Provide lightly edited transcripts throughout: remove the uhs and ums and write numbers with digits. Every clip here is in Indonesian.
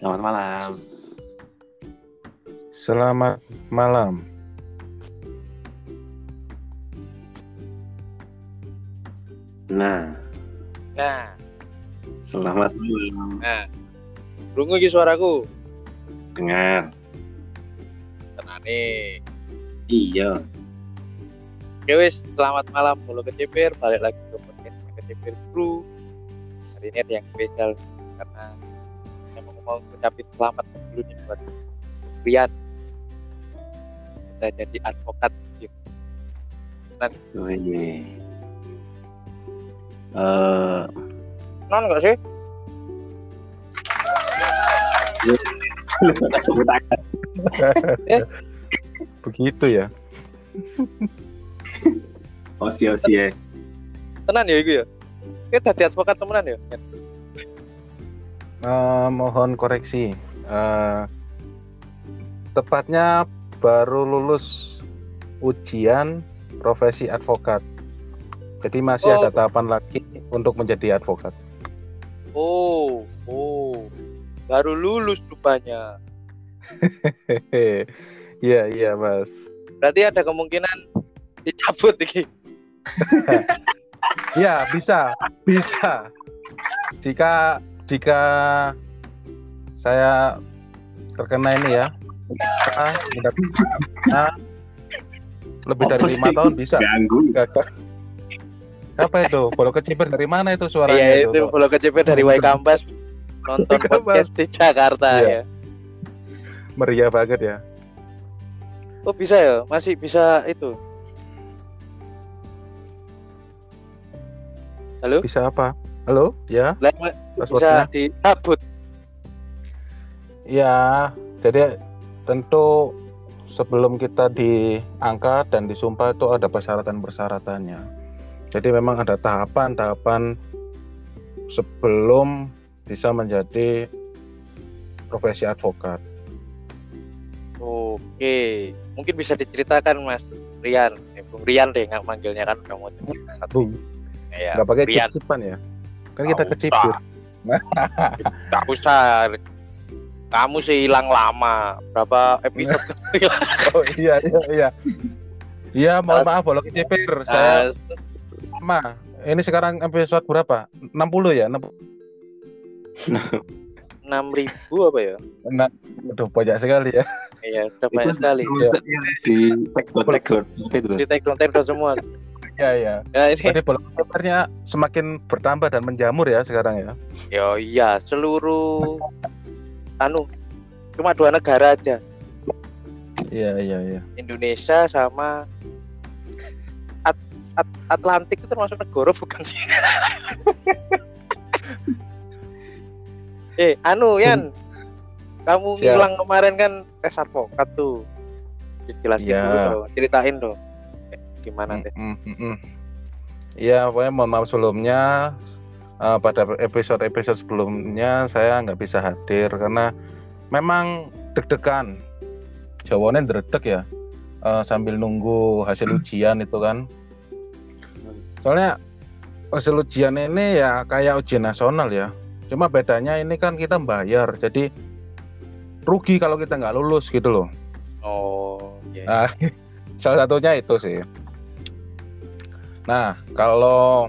Selamat malam. Selamat malam. Nah, selamat malam. Krungu iki suaraku. Dengar. Tenane. Iya. Oke wis, selamat malam Bolo Kecipir, balik lagi ke podcast Kecipir Crew. Hari ini ada yang spesial karena saya mau ngucapin selamat dulu nih buat Rian. Kita jadi advokat gitu. Oh iya. Non enggak sih? Begitu ya. Osi-osi. Tenan ya iku ya. Kita jadi advokat temenan ya. Mohon koreksi. Tepatnya baru lulus ujian profesi advokat. Jadi masih ada tahapan lagi untuk menjadi advokat. Oh. Baru lulus rupanya. Iya Mas. Berarti ada kemungkinan dicabut iki. Ya bisa. Jika saya terkena ini ya, lebih dari 5 tahun bisa. Ganggu. Apa itu? Bolo Kecipir dari mana itu suaranya? Iya itu Bolo Kecipir dari Waikambas nonton podcast di Jakarta ya. Meriah banget ya. Oh bisa ya, masih bisa itu. Halo? Bisa apa? Halo? Ya? Bisa dicabut. Ya, jadi tentu sebelum kita diangkat dan disumpah itu ada persyaratan-persyaratannya. Jadi memang ada tahapan-tahapan sebelum bisa menjadi profesi advokat. Oke, mungkin bisa diceritakan Mas Rian. Bung Rian deh nggak manggilnya kan udah mau Bung. Ya, nggak pakai cip-cipan ya? Kan kita kecipir. Nggak usah. Kamu sih hilang lama. Berapa episode? Oh iya. Iya, mohon maaf Bolo Kecipir. Saya lama. Ini sekarang episode berapa? 60 ya? 6.000 apa ya? Aduh, banyak sekali ya. Iya, udah banyak sekali. Di take down semua. Iya. Ya, ini. Jadi Bolo Kecipirnya semakin bertambah dan menjamur ya sekarang ya. Yo iya, seluruh cuma 2 negara aja. Iya. Indonesia sama Atlantik itu termasuk negara bukan sih? Yan, kamu ngilang kemarin kan tes advokat tuh. Dijelasin dulu dong, ceritain dong. Gimana deh? Iya, pokoknya mohon maaf sebelumnya. Pada episode sebelumnya saya nggak bisa hadir karena memang deg-degan. Jawabannya dredeg ya, sambil nunggu hasil ujian itu kan. Soalnya hasil ujian ini ya kayak ujian nasional ya. Cuma bedanya ini kan kita bayar, jadi rugi kalau kita nggak lulus gitu loh. Oh, yeah. Nah, salah satunya itu sih. Nah, kalau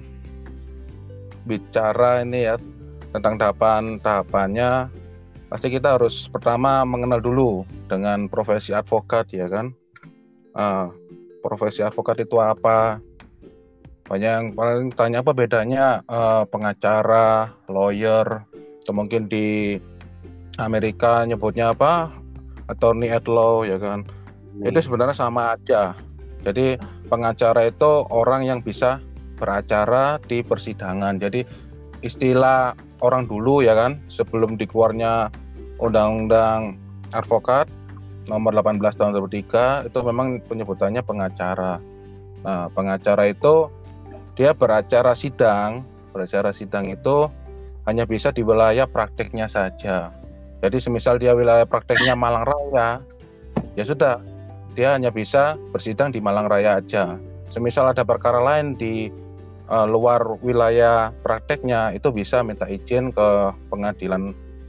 bicara ini ya tentang tahapannya, pasti kita harus pertama mengenal dulu dengan profesi advokat ya kan. Profesi advokat itu apa? Banyak yang paling tanya apa bedanya pengacara, lawyer, atau mungkin di Amerika nyebutnya apa? Attorney at law ya kan. Itu sebenarnya sama aja. Jadi pengacara itu orang yang bisa beracara di persidangan. Jadi istilah orang dulu ya kan, sebelum dikeluarnya Undang-Undang Advokat nomor 18 tahun 2003 itu memang penyebutannya pengacara. Nah, pengacara itu dia beracara sidang itu hanya bisa di wilayah prakteknya saja. Jadi semisal dia wilayah prakteknya Malang Raya, ya sudah, dia hanya bisa bersidang di Malang Raya aja. Semisal ada perkara lain di luar wilayah prakteknya, itu bisa minta izin ke pengadilan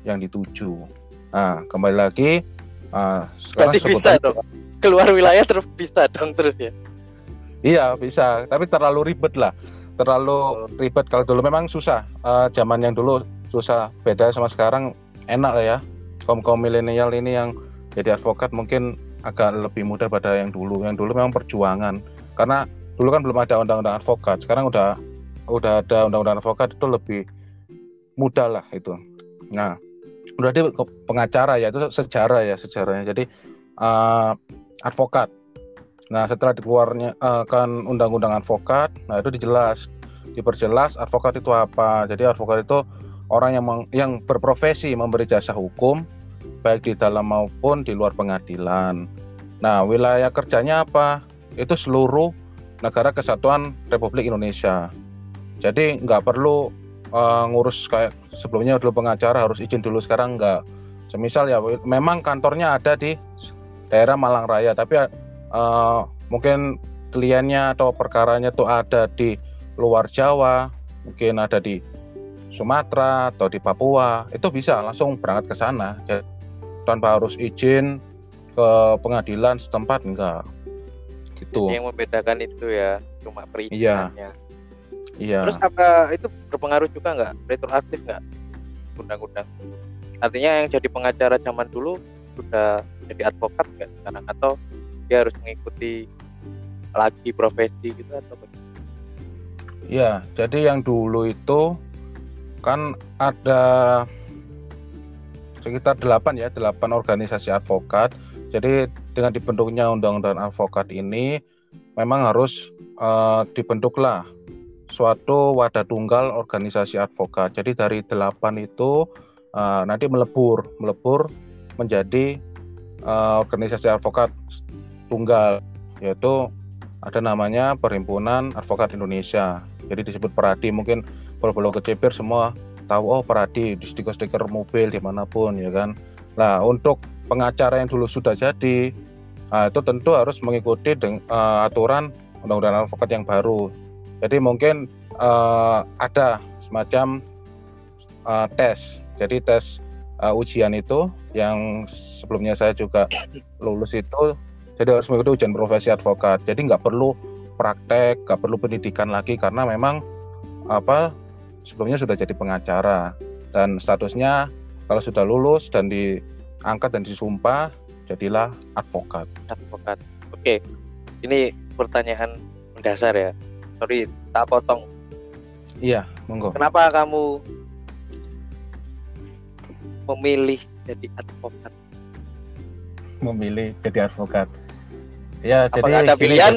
yang dituju. Nah, kembali lagi sekarang Berarti bisa dong. Keluar wilayah terus bisa dong terus ya. Iya bisa, tapi terlalu ribet lah. Terlalu ribet kalau dulu memang susah. Zaman yang dulu susah, beda sama sekarang enak lah ya. Kaum milenial ini yang jadi advokat mungkin agak lebih mudah pada yang dulu. Yang dulu memang perjuangan. Karena dulu kan belum ada undang-undang advokat. Sekarang udah ada undang-undang advokat, itu lebih mudah lah itu. Nah, udah ada pengacara ya, itu sejarahnya. Jadi advokat. Nah, setelah dikeluarnya kan undang-undang advokat, nah itu diperjelas advokat itu apa. Jadi advokat itu orang yang berprofesi memberi jasa hukum baik di dalam maupun di luar pengadilan. Nah, wilayah kerjanya apa? Itu seluruh negara kesatuan Republik Indonesia. Jadi nggak perlu ngurus kayak sebelumnya dulu pengacara harus izin dulu, sekarang nggak. Semisal ya memang kantornya ada di daerah Malang Raya, tapi mungkin kliennya atau perkaranya tuh ada di luar Jawa, mungkin ada di Sumatera atau di Papua, itu bisa langsung berangkat ke sana. Jadi, tanpa harus izin ke pengadilan setempat, enggak. Gitu. Yang membedakan itu ya cuma perizinannya. Iya. Terus apa itu berpengaruh juga nggak, retroaktif nggak undang-undang? Artinya yang jadi pengacara zaman dulu sudah jadi advokat nggak sekarang, atau dia harus mengikuti lagi profesi gitu atau bagaimana? Ya, jadi yang dulu itu kan ada sekitar 8 organisasi advokat. Jadi dengan dibentuknya undang-undang advokat ini memang harus dibentuklah suatu wadah tunggal organisasi advokat. Jadi dari 8 itu nanti melebur menjadi organisasi advokat tunggal, yaitu ada namanya Perhimpunan Advokat Indonesia. Jadi disebut Peradi. Mungkin kalau kecipir semua tahu Peradi, di stiker-stiker mobil dimanapun ya kan. Nah, untuk pengacara yang dulu sudah jadi, itu tentu harus mengikuti aturan undang-undang advokat yang baru. Jadi mungkin ada semacam tes. Jadi tes ujian itu yang sebelumnya saya juga lulus itu, jadi harus mengikuti ujian profesi advokat. Jadi nggak perlu praktek, nggak perlu pendidikan lagi, karena memang sebelumnya sudah jadi pengacara, dan statusnya kalau sudah lulus dan diangkat dan disumpah jadilah advokat. Oke, ini pertanyaan mendasar ya. Sorry, tak potong. Iya, monggo. Kenapa kamu memilih jadi advokat? Memilih jadi advokat. Ya, apakah jadi ada pilihan?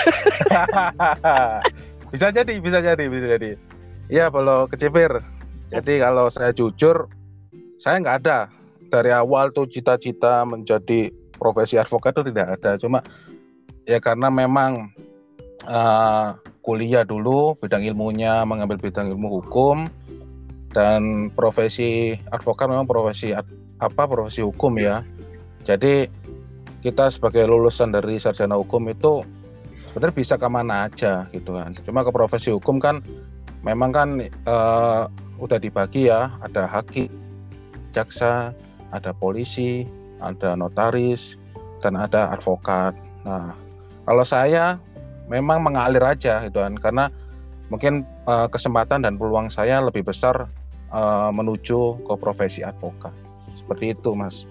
Bisa jadi. Ya, kalau kecipir. Jadi kalau saya jujur, saya nggak ada dari awal tuh cita-cita menjadi profesi advokat itu tidak ada. Cuma ya karena memang kuliah dulu bidang ilmunya mengambil bidang ilmu hukum, dan profesi advokat memang profesi hukum ya. Jadi kita sebagai lulusan dari sarjana hukum itu sebenarnya bisa kemana aja gitu kan. Cuma ke profesi hukum kan memang kan udah dibagi ya, ada hakim, jaksa, ada polisi, ada notaris, dan ada advokat. Nah, kalau saya memang mengalir aja gitu kan, karena mungkin kesempatan dan peluang saya lebih besar menuju ke profesi advokat. Seperti itu, Mas.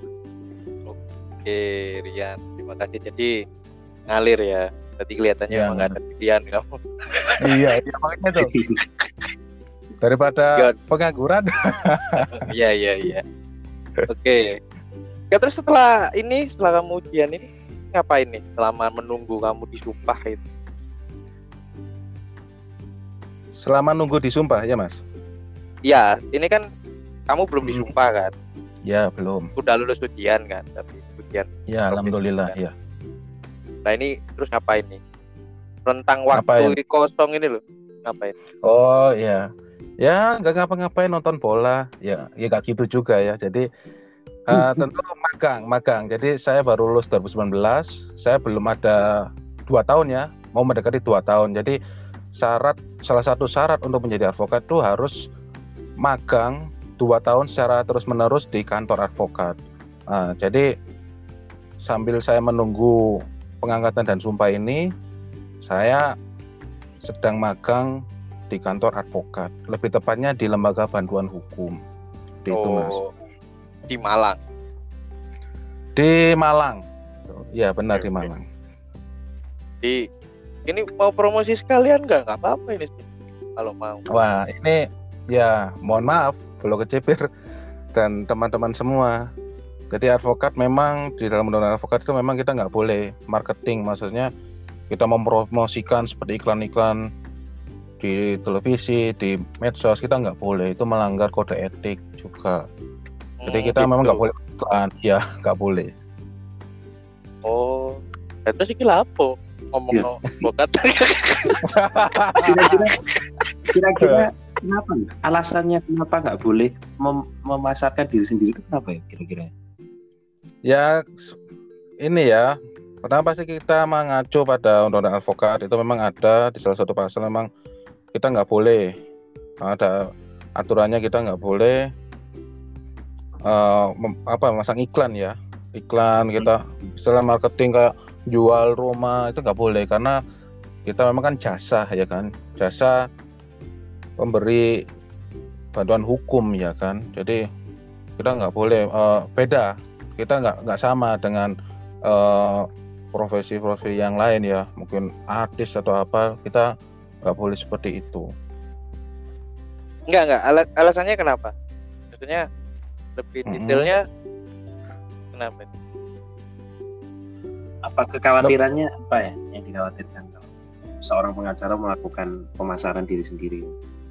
Oke, Rian, terima kasih. Jadi ngalir ya. Berarti kelihatannya ya, memang nggak ada pilihan kamu. Iya, makanya tuh. Daripada pengangguran. Iya. Oke. Ya, terus setelah kamu ujian ini ngapain nih selama menunggu kamu disumpah itu? Selama nunggu disumpah ya, Mas? Ya, ini kan kamu belum disumpah kan? Ya, belum. Udah lulus ujian kan? Tapi ujian. Ya, alhamdulillah ya. Nah, ini terus ngapain nih? Rentang waktu kosong ini loh. Ngapain? Oh, iya. Ya, nggak ngapa-ngapain, nonton bola. Ya nggak gitu juga ya. Jadi tentu magang. Jadi saya baru lulus 2019. Saya belum ada 2 tahun ya. Mau mendekati 2 tahun. Jadi salah satu syarat untuk menjadi advokat itu harus magang 2 tahun secara terus-menerus di kantor advokat. Jadi sambil saya menunggu pengangkatan dan sumpah ini, saya sedang magang di kantor advokat. Lebih tepatnya di lembaga bantuan hukum. Itu Mas. Di Malang. Di Malang. Ya benar di Malang. Ini mau promosi sekalian nggak apa-apa ini kalau mau. Wah ini ya mohon maaf Bolo Kecipir dan teman-teman semua. Jadi advokat memang di dalam undang-undang advokat itu memang kita nggak boleh marketing, maksudnya kita mempromosikan seperti iklan-iklan di televisi, di medsos, kita nggak boleh, itu melanggar kode etik juga. Jadi kita gitu. memang nggak boleh iklan, ya nggak boleh. Oh, terus iki lha apa? Ngomong advokat. Kira-kira kenapa? Alasannya kenapa nggak boleh memasarkan diri sendiri itu kenapa ya kira-kira? Ya ini ya, kenapa sih kita mengacu pada undang-undang advokat itu memang ada di salah satu pasal memang kita nggak boleh, ada aturannya kita nggak boleh masang iklan ya, iklan kita istilah marketing kayak jual rumah itu nggak boleh karena kita memang kan jasa ya kan, jasa pemberi bantuan hukum ya kan, jadi kita nggak boleh beda. Kita nggak sama dengan profesi-profesi yang lain ya, mungkin artis atau apa, kita nggak boleh seperti itu. Enggak, alasannya kenapa? Maksudnya lebih detailnya kenapa? Apa kekhawatirannya apa ya yang dikhawatirkan kalau seorang pengacara melakukan pemasaran diri sendiri?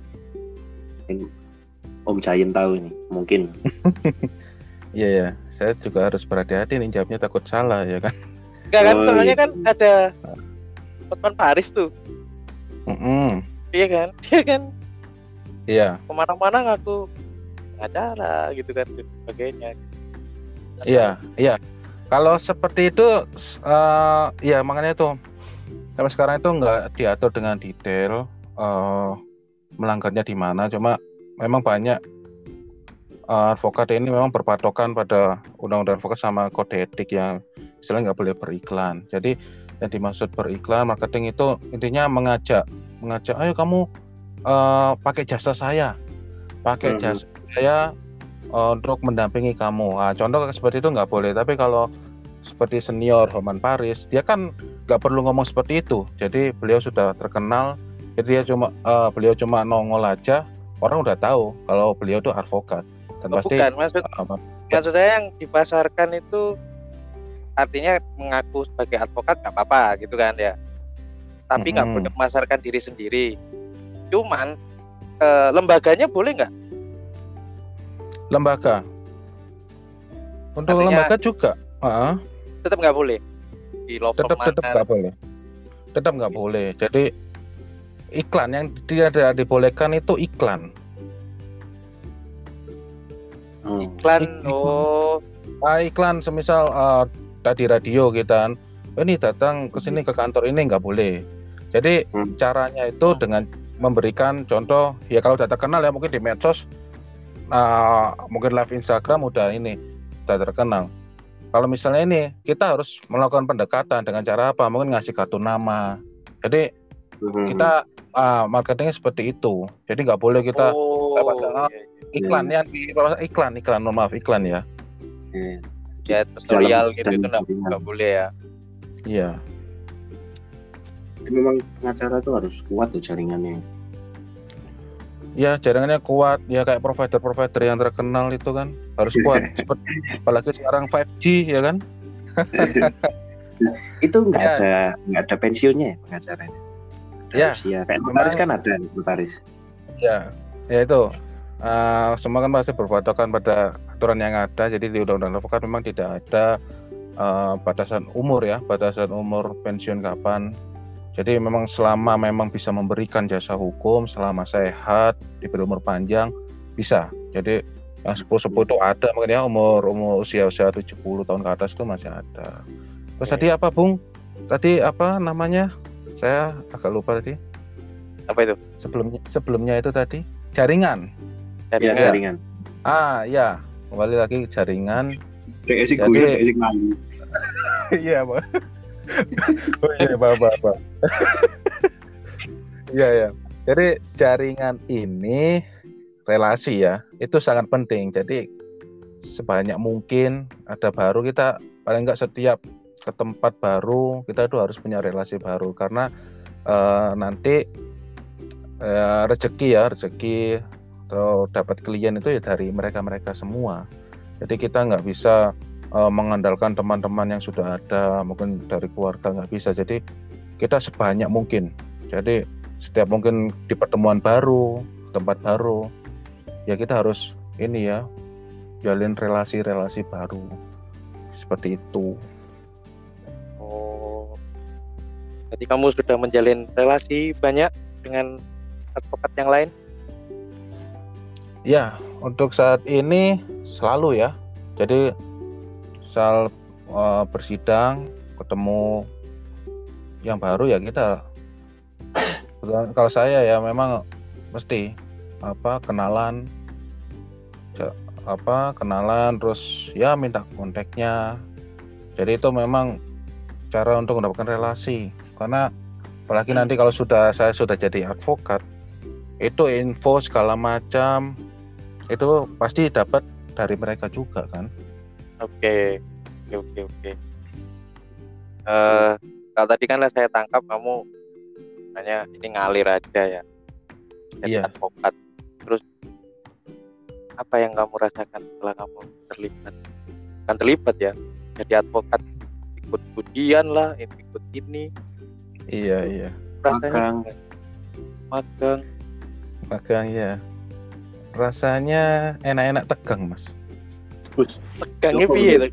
Om Jayen tahu ini mungkin. Iya ya, saya juga harus berhati-hati nih jawabnya, takut salah ya kan. Enggak kan, soalnya kan ada Hotman Paris tuh. Iya kan, dia kan. Iya. Kemana-mana ngaku pengacara gitu kan, dan sebagainya. Iya. Kalau seperti itu, ya makanya itu sampai sekarang itu nggak diatur dengan detail melanggarnya di mana. Cuma memang banyak advokat ini memang berpatokan pada undang-undang advokat sama kode etik yang istilahnya nggak boleh beriklan. Jadi yang dimaksud beriklan marketing itu intinya mengajak, ayo kamu pakai jasa saya, jasa saya untuk mendampingi kamu. Contoh seperti itu nggak boleh. Tapi kalau seperti senior Hotman Paris, dia kan nggak perlu ngomong seperti itu. Jadi beliau sudah terkenal, jadi beliau cuma nongol aja, orang udah tahu kalau beliau itu advokat. Dan pasti bukan, maksud saya yang dipasarkan itu artinya mengaku sebagai advokat nggak apa-apa gitu kan ya, tapi nggak boleh memasarkan diri sendiri. Cuman lembaganya boleh nggak? Lembaga untuk artinya, lembaga juga tetap nggak boleh di law firm tetap nggak boleh. Jadi iklan yang tidak dibolehkan itu iklan. Iklan semisal tadi radio kita ini datang ke sini ke kantor ini nggak boleh. Jadi caranya itu dengan memberikan contoh ya, kalau udah terkenal ya mungkin di medsos, mungkin live Instagram udah terkenal. Kalau misalnya ini kita harus melakukan pendekatan dengan cara apa? Mungkin ngasih kartu nama. Jadi kita marketingnya seperti itu. Jadi nggak boleh kita iklan ya, iklan ya. Ya tutorial gitu itu nggak boleh ya. Iya. Itu memang pengacara itu harus kuat tuh jaringannya. Ya jaringannya kuat ya, kayak provider yang terkenal itu kan harus kuat. Apalagi sekarang 5G ya kan. Itu nggak ada pensiunnya ya pengacaranya. Ya. Kayak notaris kan ada notaris. Ya itu. Semua kan masih berpatokan pada aturan yang ada. Jadi di undang-undang advokat memang tidak ada batasan umur ya, batasan umur pensiun kapan. Jadi memang selama memang bisa memberikan jasa hukum, selama sehat, diberi umur panjang, bisa. Jadi yang sepuh-sepuh itu ada, makanya umur usia 70 tahun ke atas itu masih ada. Terus tadi apa Bung? Tadi apa namanya? Saya agak lupa tadi. Apa itu? Sebelumnya itu tadi jaringan. Jaringan. Ya, kembali lagi ke jaringan. DSI Jadi- guyon, DSI ngali. Iya, Pak. Oh iya, Bapak. Iya, ya. Jadi jaringan ini relasi ya, itu sangat penting. Jadi sebanyak mungkin ada baru, kita paling nggak setiap ke tempat baru kita itu harus punya relasi baru, karena nanti rezeki atau dapat klien itu ya dari mereka semua. Jadi kita nggak bisa mengandalkan teman-teman yang sudah ada, mungkin dari keluarga nggak bisa. Jadi kita sebanyak mungkin. Jadi setiap mungkin di pertemuan baru, tempat baru, ya kita harus ini ya, jalin relasi-relasi baru seperti itu. Oh, jadi kamu sudah menjalin relasi banyak dengan advokat yang lain? Ya, untuk saat ini selalu ya. Jadi soal bersidang, ketemu yang baru ya kita. Kalau saya ya memang mesti kenalan terus ya minta kontaknya. Jadi itu memang cara untuk mendapatkan relasi, karena apalagi nanti kalau saya sudah jadi advokat, itu info segala macam itu pasti dapat dari mereka juga kan. Oke. Kalau tadi kan saya tangkap kamu hanya ini ngalir aja ya, jadi Iya. advokat. Terus apa yang kamu rasakan setelah kamu terlibat? Kan terlibat ya, jadi advokat, ikut ujian lah, ikut ini. Iya. Rasanya Magang ya. Rasanya enak-enak, tegang Mas. tegangnya piye tuh?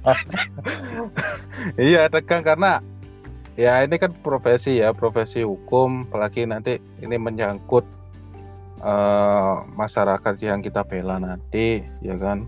Iya, tegang karena ya ini kan profesi hukum, apalagi nanti ini menyangkut masyarakat yang kita bela nanti, ya kan.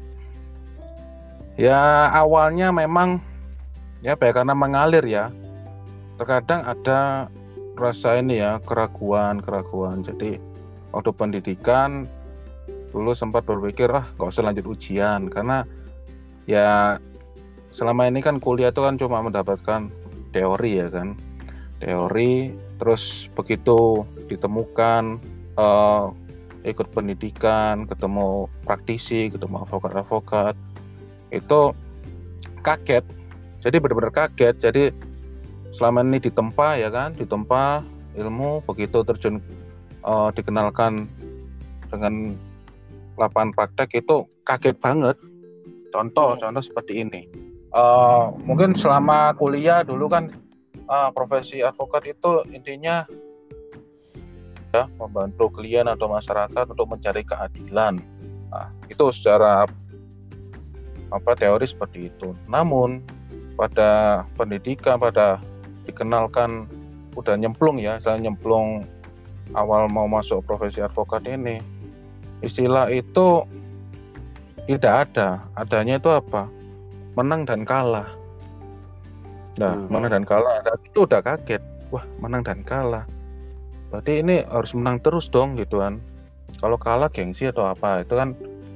Ya awalnya memang ya karena mengalir ya. Terkadang ada rasa ini ya, keraguan. Jadi waktu pendidikan dulu sempat berpikir nggak usah lanjut ujian, karena ya selama ini kan kuliah itu kan cuma mendapatkan teori ya kan, teori. Terus begitu ditemukan ikut pendidikan, ketemu praktisi, ketemu advokat, itu kaget. Jadi benar-benar kaget. Jadi selama ini ditempa ilmu, begitu terjun dikenalkan dengan lapangan praktek itu kaget banget. Contoh seperti ini. Mungkin selama kuliah dulu kan profesi advokat itu intinya ya membantu klien atau masyarakat untuk mencari keadilan. Nah, itu secara teori seperti itu. Namun pada pendidikan, pada dikenalkan udah nyemplung ya, saya nyemplung awal mau masuk profesi advokat ini, istilah itu tidak ada. Adanya itu apa? Menang dan kalah. Nah, menang dan kalah, itu udah kaget. Wah, menang dan kalah. Berarti ini harus menang terus dong gitu kan. Kalau kalah gengsi atau apa, itu kan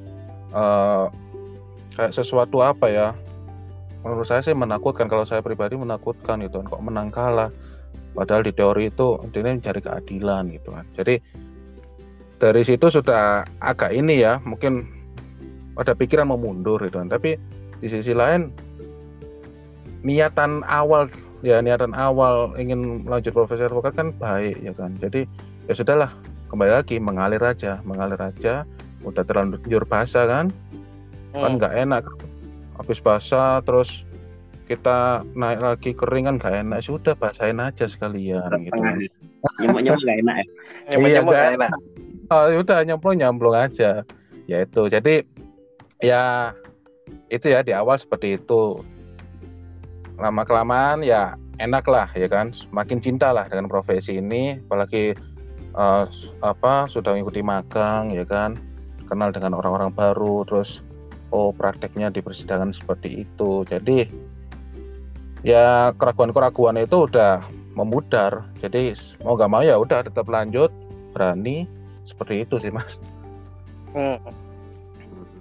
kayak sesuatu apa ya. Menurut saya sih menakutkan, kalau saya pribadi menakutkan gitu kan, kok menang kalah. Padahal di teori itu intinya mencari keadilan gitu kan. Jadi dari situ sudah agak ini ya, mungkin ada pikiran mau mundur gitu kan. Tapi di sisi lain niatan awal ingin melanjut profesi advokat kan baik ya kan. Jadi ya sudahlah, kembali lagi mengalir aja. Udah terlanjur basah kan nggak enak. Habis basah terus kita naik lagi kering kan nggak enak. Sudah basahin aja sekalian gitu. Nyemuk nggak enak ya. Nyemuk nggak enak. Udah nyemplung aja. Ya itu. Jadi ya itu ya, di awal seperti itu. Lama kelamaan ya enak lah ya kan, semakin cinta lah dengan profesi ini, apalagi sudah mengikuti magang ya kan, kenal dengan orang-orang baru, terus prakteknya di persidangan seperti itu. Jadi ya keraguan itu udah memudar. Jadi mau gak mau ya udah tetap lanjut, berani, seperti itu sih Mas.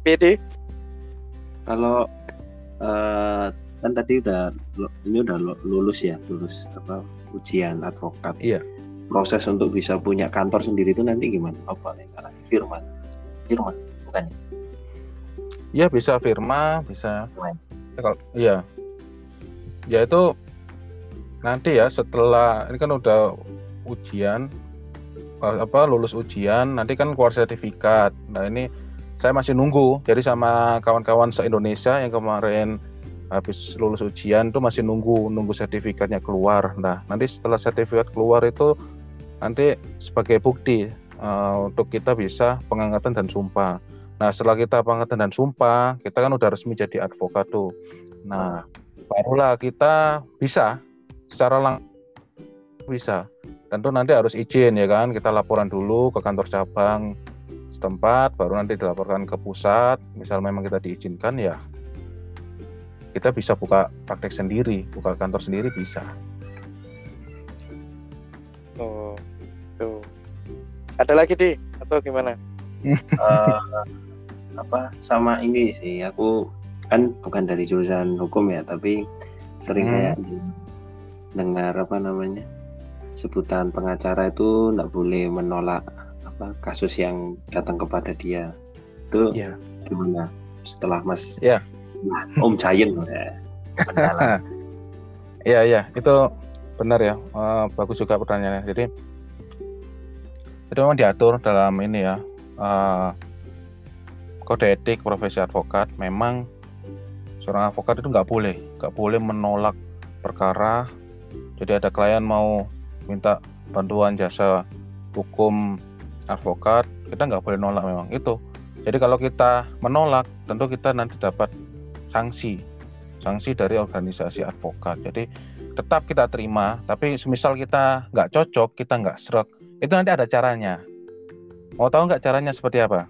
PD. Kalau kan tadi udah lulus apa ujian advokat. Iya. Proses untuk bisa punya kantor sendiri itu nanti gimana? Apa nih? Firma bukan? Iya, bisa firma, bisa. Iya. Ya itu nanti ya setelah ini kan udah ujian lulus ujian, nanti kan keluar sertifikat. Nah, ini saya masih nunggu. Jadi sama kawan-kawan se-Indonesia yang kemarin habis lulus ujian tuh masih nunggu sertifikatnya keluar. Nah, nanti setelah sertifikat keluar itu nanti sebagai bukti untuk kita bisa pengangkatan dan sumpah. Nah, setelah kita pengangkatan dan sumpah, kita kan udah resmi jadi advokat tuh. Nah, barulah kita bisa secara langsung bisa. Tentu nanti harus izin ya kan, kita laporan dulu ke kantor cabang setempat, baru nanti dilaporkan ke pusat. Misal memang kita diizinkan ya, kita bisa buka praktek sendiri, buka kantor sendiri bisa. Oh, tuh. Ada lagi di atau gimana? Sama ini sih, aku kan bukan dari jurusan hukum ya, tapi sering kayak dengar sebutan pengacara itu nggak boleh menolak kasus yang datang kepada dia. Itu gimana setelah Mas setelah Om Giant mendalam? Iya, itu benar ya. Bagus juga pertanyaannya. Jadi itu memang diatur dalam ini ya, kode etik profesi advokat. Memang seorang advokat itu nggak boleh menolak perkara. Jadi ada klien mau minta bantuan jasa hukum advokat, kita nggak boleh nolak memang itu. Jadi kalau kita menolak, tentu kita nanti dapat sanksi dari organisasi advokat. Jadi tetap kita terima, tapi semisal kita nggak cocok, kita nggak srek, itu nanti ada caranya. Mau tahu nggak caranya seperti apa?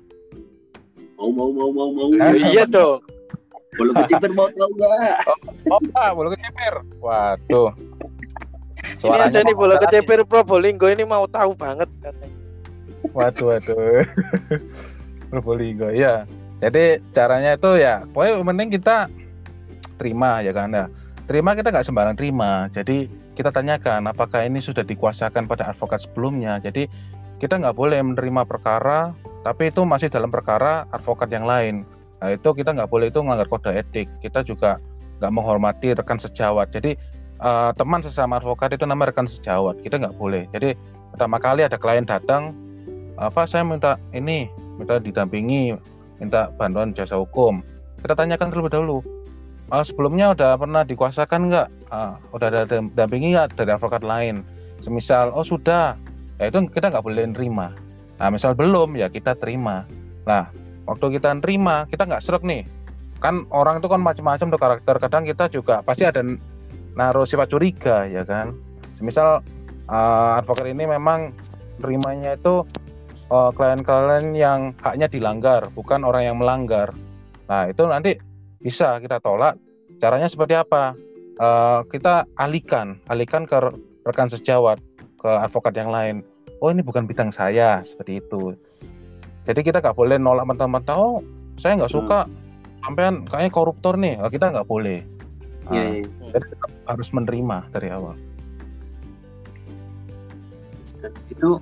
Mau. Iya dong. Belum keciper, mau tahu nggak? Belum keciper. Waduh. Ini ada nih bola keceper Probolinggo ini mau tahu banget katanya. Waduh. Probolinggo ya. Jadi caranya itu ya, pokoknya penting kita terima ya kan ya. Terima, kita nggak sembarang terima. Jadi kita tanyakan apakah ini sudah dikuasakan pada advokat sebelumnya. Jadi kita nggak boleh menerima perkara, tapi itu masih dalam perkara advokat yang lain. Nah itu kita nggak boleh, itu melanggar kode etik. Kita juga nggak menghormati rekan sejawat. Jadi teman sesama advokat itu namanya rekan sejawat, kita nggak boleh. Jadi pertama kali ada klien datang, saya minta didampingi, minta bantuan jasa hukum, kita tanyakan terlebih dahulu, sebelumnya udah pernah dikuasakan nggak, udah ada dampingi nggak dari advokat lain. Semisal sudah, ya itu kita nggak boleh nerima. Nah misal belum, ya kita terima. Nah waktu kita nerima, kita nggak srek nih, kan orang itu kan macam-macam tuh karakter. Kadang kita juga pasti ada naruh sifat curiga ya kan. Misal advokat ini memang nerimanya itu klien-klien yang haknya dilanggar, bukan orang yang melanggar. Nah itu nanti bisa kita tolak. Caranya seperti apa? Kita alihkan ke rekan sejawat, ke advokat yang lain. Oh ini bukan bidang saya, seperti itu. Jadi kita nggak boleh nolak mentah-mentah. Saya nggak suka, sampean kayaknya koruptor nih. Kita nggak boleh. Jadi kita harus menerima dari awal. Dan itu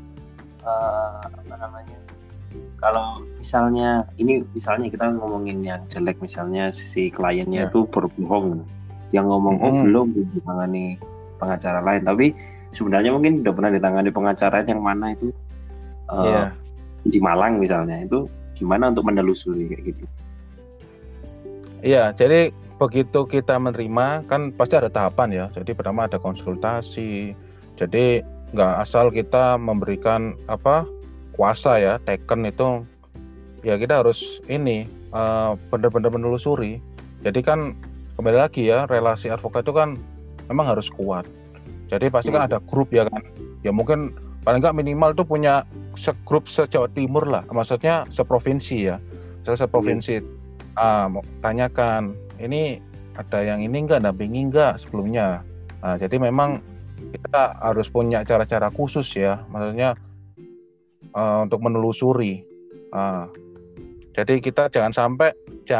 kalau misalnya kita ngomongin yang jelek, misalnya si kliennya itu berbohong, dia ngomong belum ditangani pengacara lain, tapi sebenarnya mungkin udah pernah ditangani pengacara yang mana itu di Malang misalnya. Itu gimana untuk menelusuri kayak gitu? Iya, jadi begitu kita menerima kan pasti ada tahapan ya. Jadi pertama ada konsultasi. Jadi nggak asal kita memberikan kuasa ya, teken itu ya, kita harus benar-benar menelusuri. Jadi kan kembali lagi ya, relasi advokat itu kan memang harus kuat. Jadi pasti kan ada grup ya kan. Ya mungkin paling nggak minimal tuh punya segrup se-Jawa Timur lah, maksudnya seprovinsi ya. Seprovinsi. Tanyakan, ini ada yang ini nggak, dampingi nggak sebelumnya. Jadi memang kita harus punya cara-cara khusus ya, maksudnya untuk menelusuri. Jadi kita jangan sampai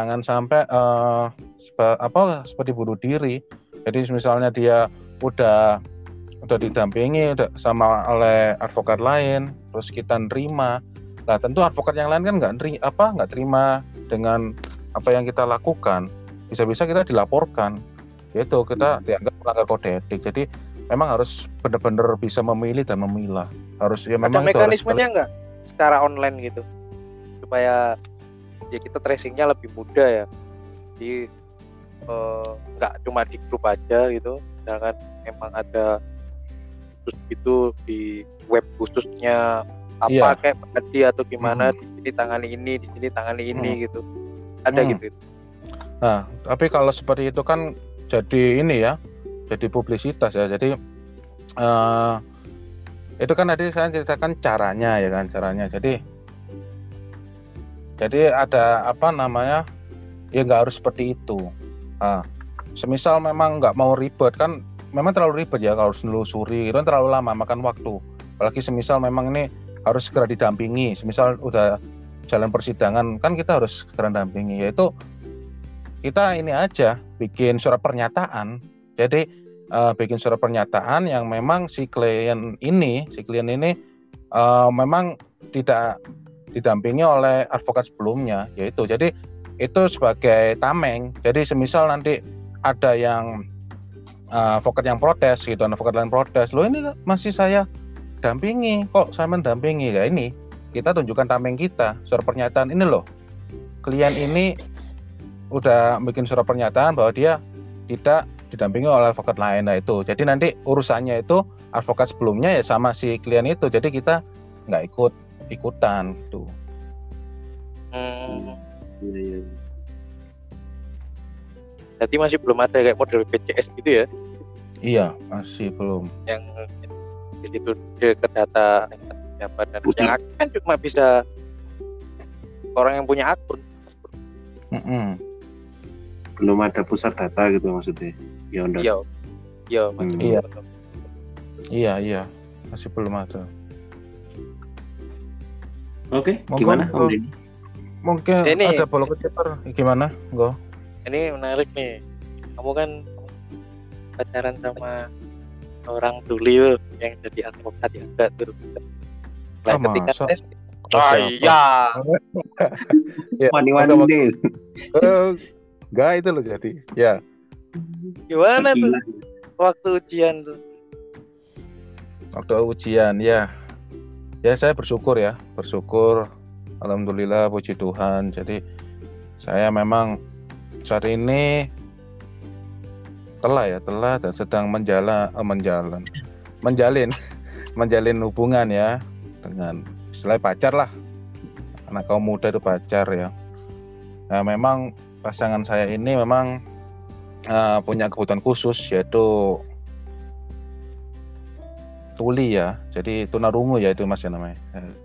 seperti bunuh diri. Jadi misalnya dia udah didampingi sama oleh advokat lain, terus kita nerima. Nah tentu advokat yang lain kan nggak terima dengan apa yang kita lakukan. Bisa-bisa kita dilaporkan, yaitu kita dianggap melanggar kode etik. Jadi memang harus benar-benar bisa memilih dan memilah. Harus ya memang. Ada mekanismenya nggak secara online gitu supaya ya kita tracingnya lebih mudah ya. Jadi nggak cuma di grup aja gitu. Misalkan memang ada khusus gitu di web khususnya apa kayak tadi atau gimana di sini tangani ini, di sini tangani ini gitu. Ada gitu. Nah, tapi kalau seperti itu kan jadi ini ya, jadi publisitas ya. Jadi itu kan tadi saya ceritakan caranya ya kan, caranya. Jadi ada apa namanya? Ya nggak harus seperti itu. Semisal memang nggak mau ribet kan, memang terlalu ribet ya kalau harus nelusuri itu kan terlalu lama, makan waktu. Apalagi semisal memang ini harus segera didampingi, semisal udah jalan persidangan kan kita harus segera dampingi, yaitu kita ini aja bikin surat pernyataan. Jadi bikin surat pernyataan yang memang si klien ini memang tidak didampingi oleh advokat sebelumnya, yaitu jadi itu sebagai tameng. Jadi semisal nanti ada yang advokat yang protes gitu, advokat lain protes, loh ini masih saya dampingi, kok saya mendampingi ya, ini kita tunjukkan tameng kita, surat pernyataan ini loh, klien ini udah bikin surat pernyataan bahwa dia tidak didampingi oleh advokat lain. Nah itu, jadi nanti urusannya itu advokat sebelumnya ya sama si klien itu, jadi kita nggak ikutan tuh. Iya. Jadi masih belum ada kayak model PCS gitu ya? Iya, masih belum. Yang itu ke data siapa dan yang aktif kan cuma bisa orang yang punya akun. Belum ada pusat data gitu maksudnya. Iya, masih belum ada. Oke, gimana Om Denny? Mungkin ini, ada bola keceper gimana? Ini menarik nih. Kamu kan pacaran sama orang tuli yang jadi advokat ya, enggak tuh. Nah, ketika tes iya. Wani-wani deh. Enggak itu loh jadi. Ya. Gimana tuh waktu ujian tuh? Waktu ujian ya. Ya saya bersyukur. Alhamdulillah, puji Tuhan. Jadi saya memang saat ini telah dan sedang menjalin hubungan ya dengan istilah pacar lah. Anak kaum muda itu pacar ya. Nah, memang pasangan saya ini memang punya kebutuhan khusus, yaitu tuli ya. Jadi tunarungu ya itu Mas ya namanya.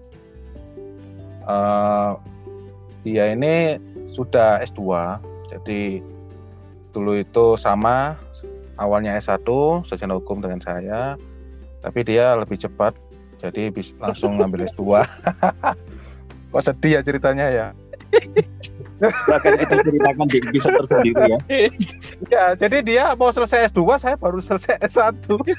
Dia ini sudah S2. Jadi dulu itu sama, awalnya S1 sarjana hukum dengan saya, tapi dia lebih cepat, jadi langsung ngambil S2. Kok sedih ya ceritanya ya? Bahkan kita ceritakan di episode tersendiri ya. Ya, jadi dia mau selesai S2, saya baru selesai S1.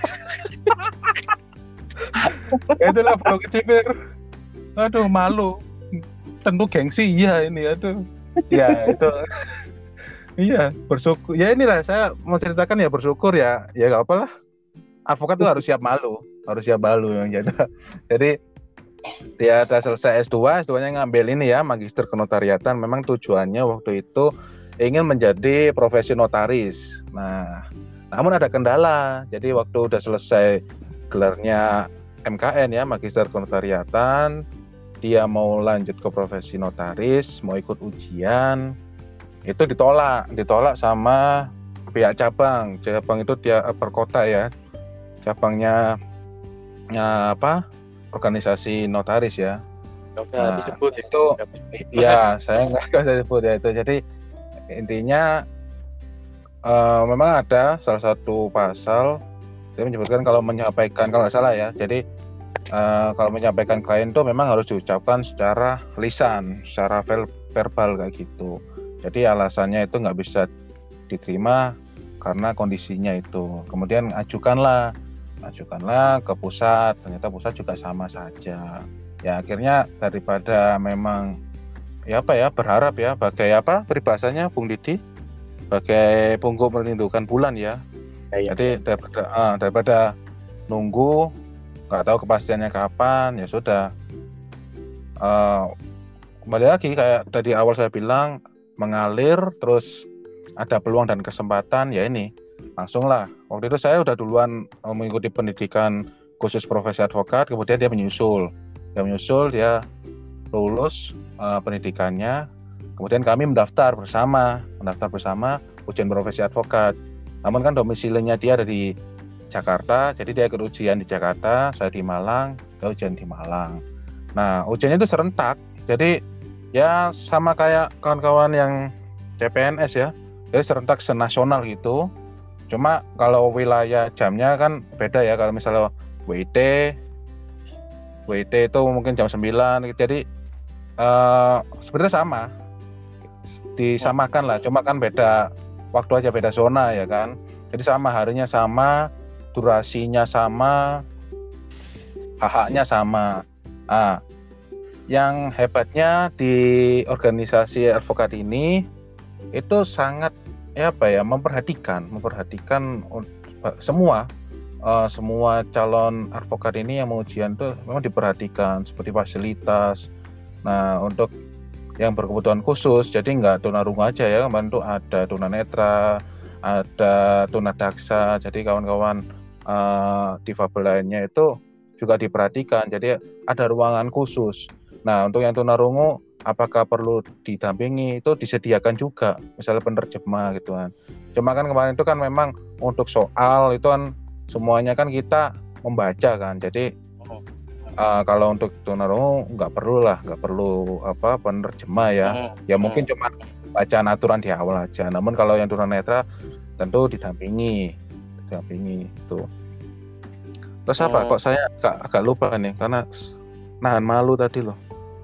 Itulah bro kecipir. Aduh, malu. Tentu gengsi ya ini, aduh. Ya itu. Iya, bersyukur. Ya inilah saya mau ceritakan ya, bersyukur ya. Ya enggak apalah. Advokat tuh harus siap malu yang jadi. Jadi dia udah selesai S2, S2-nya ngambil ini ya, magister kenotariatan. Memang tujuannya waktu itu ingin menjadi profesi notaris. Nah, namun ada kendala. Jadi waktu udah selesai gelarnya MKN ya, magister kenotariatan, dia mau lanjut ke profesi notaris, mau ikut ujian, itu ditolak sama pihak cabang itu dia per kota ya, cabangnya organisasi notaris ya. Nah, disebut itu ya saya nggak bisa sebut ya itu. Jadi intinya memang ada salah satu pasal dia menyebutkan kalau menyampaikan, kalau nggak salah ya, jadi kalau menyampaikan klien itu memang harus diucapkan secara lisan, secara verbal kayak gitu. Jadi alasannya itu nggak bisa diterima karena kondisinya itu. Kemudian ajukanlah ke pusat, ternyata pusat juga sama saja. Ya akhirnya daripada memang berharap ya, bagai peribahasanya Bung Didi, bagai pungguk merindukan bulan ya. Jadi daripada nunggu nggak tahu kepastiannya kapan, ya sudah. Kembali lagi kayak tadi awal saya bilang, mengalir terus ada peluang dan kesempatan, ya ini langsunglah. Waktu itu saya udah duluan mengikuti pendidikan khusus profesi advokat, kemudian dia menyusul, dia lulus pendidikannya, kemudian kami mendaftar bersama ujian profesi advokat. Namun kan domisilinya dia ada di Jakarta, jadi dia ikut ujian di Jakarta, saya di Malang, dia ujian di Malang. Nah, ujiannya itu serentak, jadi ya sama kayak kawan-kawan yang CPNS ya, jadi serentak senasional gitu. Cuma kalau wilayah jamnya kan beda ya, kalau misalnya WIT itu mungkin jam 9, jadi sebenarnya sama, disamakan lah, cuma kan beda waktu aja, beda zona ya kan. Jadi sama, harinya sama, durasinya sama, hak-haknya sama. Nah, yang hebatnya di organisasi advokat ini itu sangat memperhatikan semua calon advokat ini yang mau ujian tuh memang diperhatikan, seperti fasilitas. Nah, untuk yang berkebutuhan khusus, jadi nggak tunarungu aja ya, kemarin tuh ada tunanetra, ada tunadaksa, jadi kawan-kawan difabel lainnya itu juga diperhatikan, jadi ada ruangan khusus. Nah, untuk yang tunarungu apakah perlu didampingi, itu disediakan juga, misalnya penerjemah gitu kan. Cuma kan kemarin itu kan memang untuk soal itu kan semuanya kan kita membaca kan, jadi kalau untuk tunarungu nggak perlu penerjemah ya mungkin cuma bacaan aturan di awal aja. Namun kalau yang tunanetra tentu didampingi itu. Terus kok saya agak lupa nih karena nahan malu tadi loh.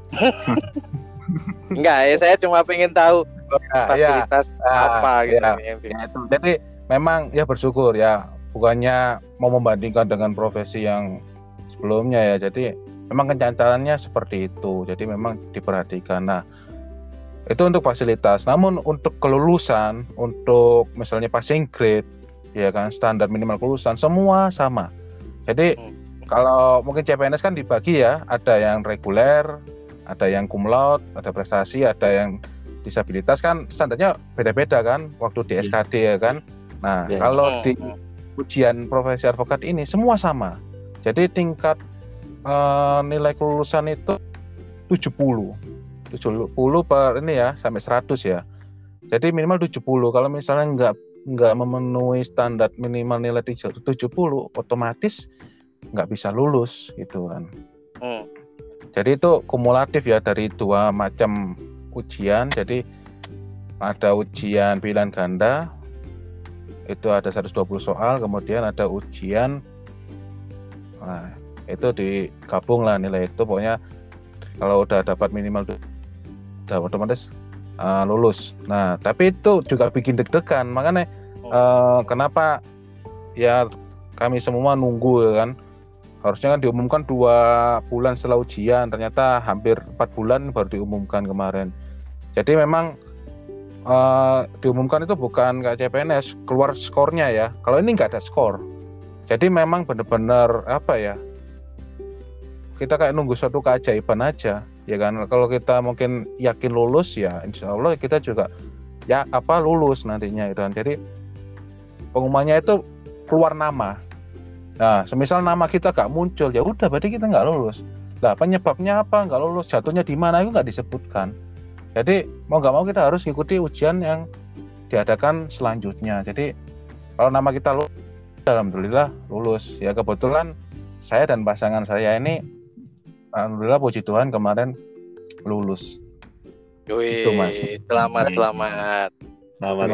Enggak ya, saya cuma pengen tahu fasilitas apa gitu. Itu. Jadi memang ya bersyukur ya, bukannya mau membandingkan dengan profesi yang sebelumnya ya, jadi memang kencantarannya seperti itu, jadi memang diperhatikan. Nah, itu untuk fasilitas. Namun untuk kelulusan, untuk misalnya passing grade ya kan, standar minimal kelulusan semua sama. Jadi kalau mungkin CPNS kan dibagi ya, ada yang reguler, ada yang cum laude, ada prestasi, ada yang disabilitas, kan standarnya beda-beda kan waktu di SKD ya kan. Nah, kalau di ujian profesi advokat ini semua sama. Jadi tingkat nilai kelulusan itu 70 per ini ya, sampai 100 ya. Jadi minimal 70. Kalau misalnya nggak memenuhi standar minimal nilai 70, otomatis nggak bisa lulus gitu kan. Jadi itu kumulatif ya dari dua macam ujian. Jadi ada ujian pilihan ganda, itu ada 120 soal, kemudian ada ujian, nah itu digabung lah nilai itu, pokoknya kalau udah dapat minimal udah otomatis lulus. Nah tapi itu juga bikin deg-degan, makanya kenapa ya kami semua nunggu ya kan. Harusnya kan diumumkan 2 bulan setelah ujian, ternyata hampir 4 bulan baru diumumkan kemarin. Jadi memang diumumkan itu bukan kayak CPNS keluar skornya ya. Kalau ini nggak ada skor. Jadi memang benar-benar kita kayak nunggu suatu keajaiban aja, ya kan. Kalau kita mungkin yakin lulus ya, insya Allah kita juga lulus nantinya itu kan. Jadi pengumumannya itu keluar nama. Nah, semisal nama kita gak muncul, ya udah berarti kita nggak lulus. Nah, penyebabnya apa nggak lulus, jatuhnya di mana itu nggak disebutkan. Jadi mau nggak mau kita harus ngikuti ujian yang diadakan selanjutnya. Jadi kalau nama kita lulus, alhamdulillah lulus. Ya kebetulan saya dan pasangan saya ini, alhamdulillah puji Tuhan kemarin lulus. Wih, itu Mas. Selamat. Selamat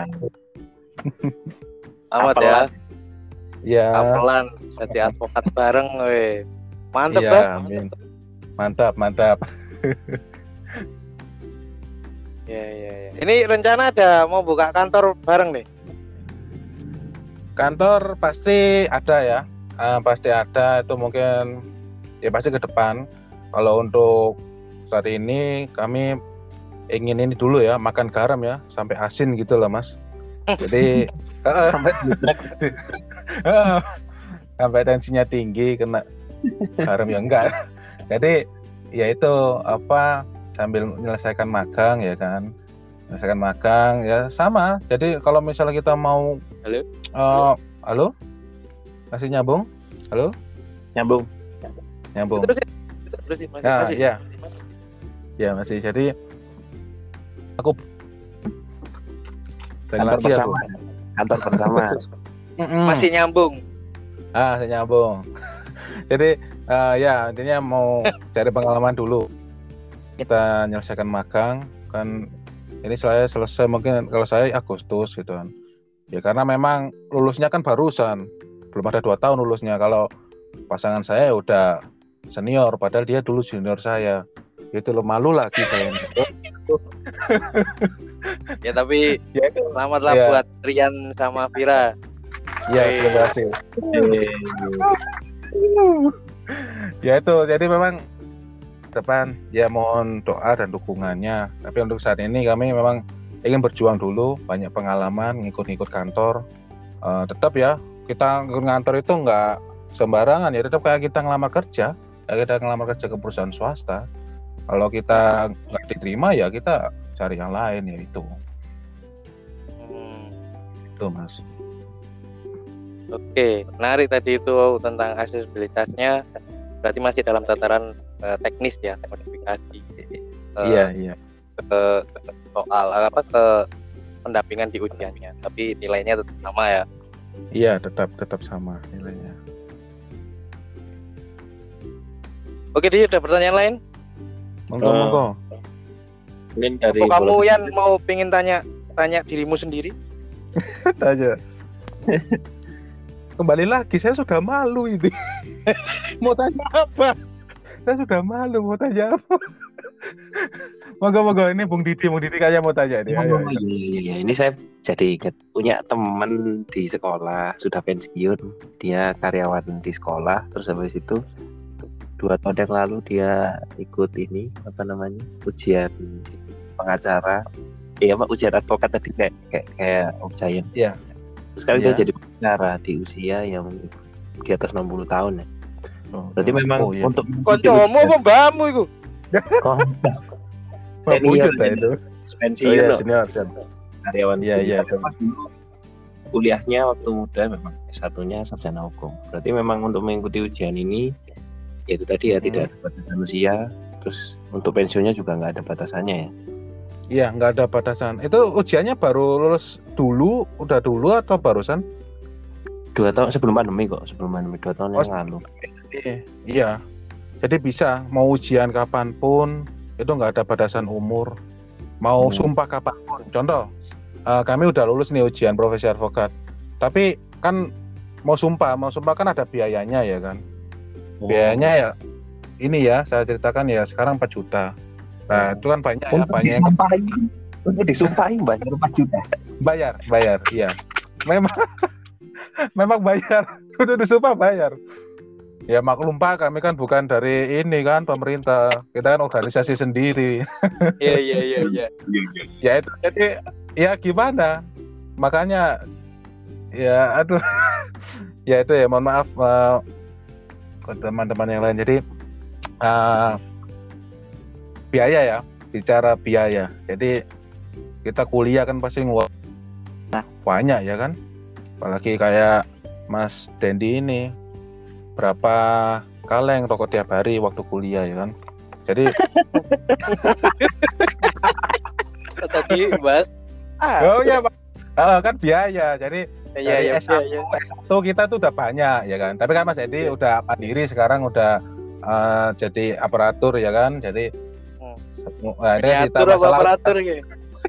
ya. Ya. Apelan jadi advokat bareng, weh. Mantap ya, kan? Mantap. Ya. Ini rencana ada mau buka kantor bareng nih. Kantor pasti ada ya. Pasti ada, itu mungkin ya pasti ke depan. Kalau untuk saat ini kami ingin ini dulu ya, makan garam ya sampai asin gitu lah Mas. Jadi sampai tensinya tinggi kena garam ya enggak. Jadi ya itu apa, sambil menyelesaikan magang ya kan. Menyelesaikan magang ya sama. Jadi kalau misalnya kita mau halo? Masih nyambung? Halo? Nyambung. Terus masih. Ya masih. Jadi aku kantor bersama. Masih nyambung. Masih nyambung. Jadi ya intinya mau cari pengalaman dulu. Kita menyelesaikan magang kan, ini saya selesai mungkin kalau saya Agustus gitu kan. Ya karena memang lulusnya kan barusan, belum ada 2 tahun lulusnya. Kalau pasangan saya udah senior, padahal dia dulu junior saya. Itu lo malu lagi saya. Ya tapi Ya, selamatlah ya. buat Rian sama Vira. Ya terima kasih. Ya itu, jadi memang depan ya mohon doa dan dukungannya. Tapi untuk saat ini kami memang ingin berjuang dulu, banyak pengalaman, ngikut-ngikut kantor. Tetap ya, kita ngantor itu nggak sembarangan ya, tetap kayak kita ngelamar kerja. Kita ngelamar kerja ke perusahaan swasta. Kalau kita nggak diterima ya kita cari yang lain ya itu. Itu Mas. Oke, menarik tadi itu tentang aksesibilitasnya. Berarti masih dalam tataran teknis ya, modifikasi. Iya. Soal ke pendampingan di ujiannya, tapi nilainya tetap sama ya. Iya, tetap sama nilainya. Oke, dia ada pertanyaan lain? Monggo. Mungkin dari Kamu Yan mau pengen tanya dirimu sendiri? Tanya. Kembali lagi, saya sudah malu ini. Mau tanya apa? Saya sudah malu mau tanya apa. Monggo ini Bung Didi kayaknya mau tanya nih. Iya. Ini saya jadi ingat punya teman di sekolah, sudah pensiun. Dia karyawan di sekolah. Terus habis itu 2 tahun yang lalu dia ikut ini ujian pengacara. Iya, ujian advokat tadi kayak Om Jayan. Iya. Terus sekarang dia jadi pengacara di usia yang di atas 60 tahun ya. Berarti memang untuk koncomu apa mbahmu iku? Senior itu. Pensiun Senior. Karyawan. Iya. Kuliahnya waktu muda memang S1-nya sarjana hukum. Berarti memang untuk mengikuti ujian ini yaitu tadi ya tidak ada batasan usia. Terus untuk pensiunnya juga nggak ada batasannya ya. Iya, nggak ada batasan. Itu ujiannya baru lulus dulu atau barusan? 2 tahun sebelum pandemi 2 tahun yang lalu. Iya. Jadi bisa mau ujian kapanpun, itu nggak ada batasan umur. Mau sumpah kapanpun. Contoh, kami udah lulus nih ujian profesi advokat. Tapi kan mau sumpah kan ada biayanya ya kan. Biayanya ya ini ya saya ceritakan ya sekarang 4 juta. Nah itu kan banyak ya, untuk disumpahin bayar 4 juta. Bayar, iya. Memang bayar, untuk disumpah bayar. Ya maklum Pak, kami kan bukan dari ini kan pemerintah, kita kan organisasi sendiri. Iya. Ya itu jadi ya gimana? Makanya ya aduh, ya itu ya mohon maaf ke teman-teman yang lain. Jadi biaya ya, bicara biaya. Jadi kita kuliah kan pasti banyak ya kan. Apalagi kayak Mas Dendi ini berapa kaleng rokok tiap hari waktu kuliah ya kan. Jadi tadi Mas. Oh ya Pak. Kan biaya. Jadi Iya. S1 kita tuh udah banyak ya kan. Tapi kan Mas Dendi udah mandiri sekarang udah jadi aparatur ya kan. Jadi kita masalah aparatur gitu.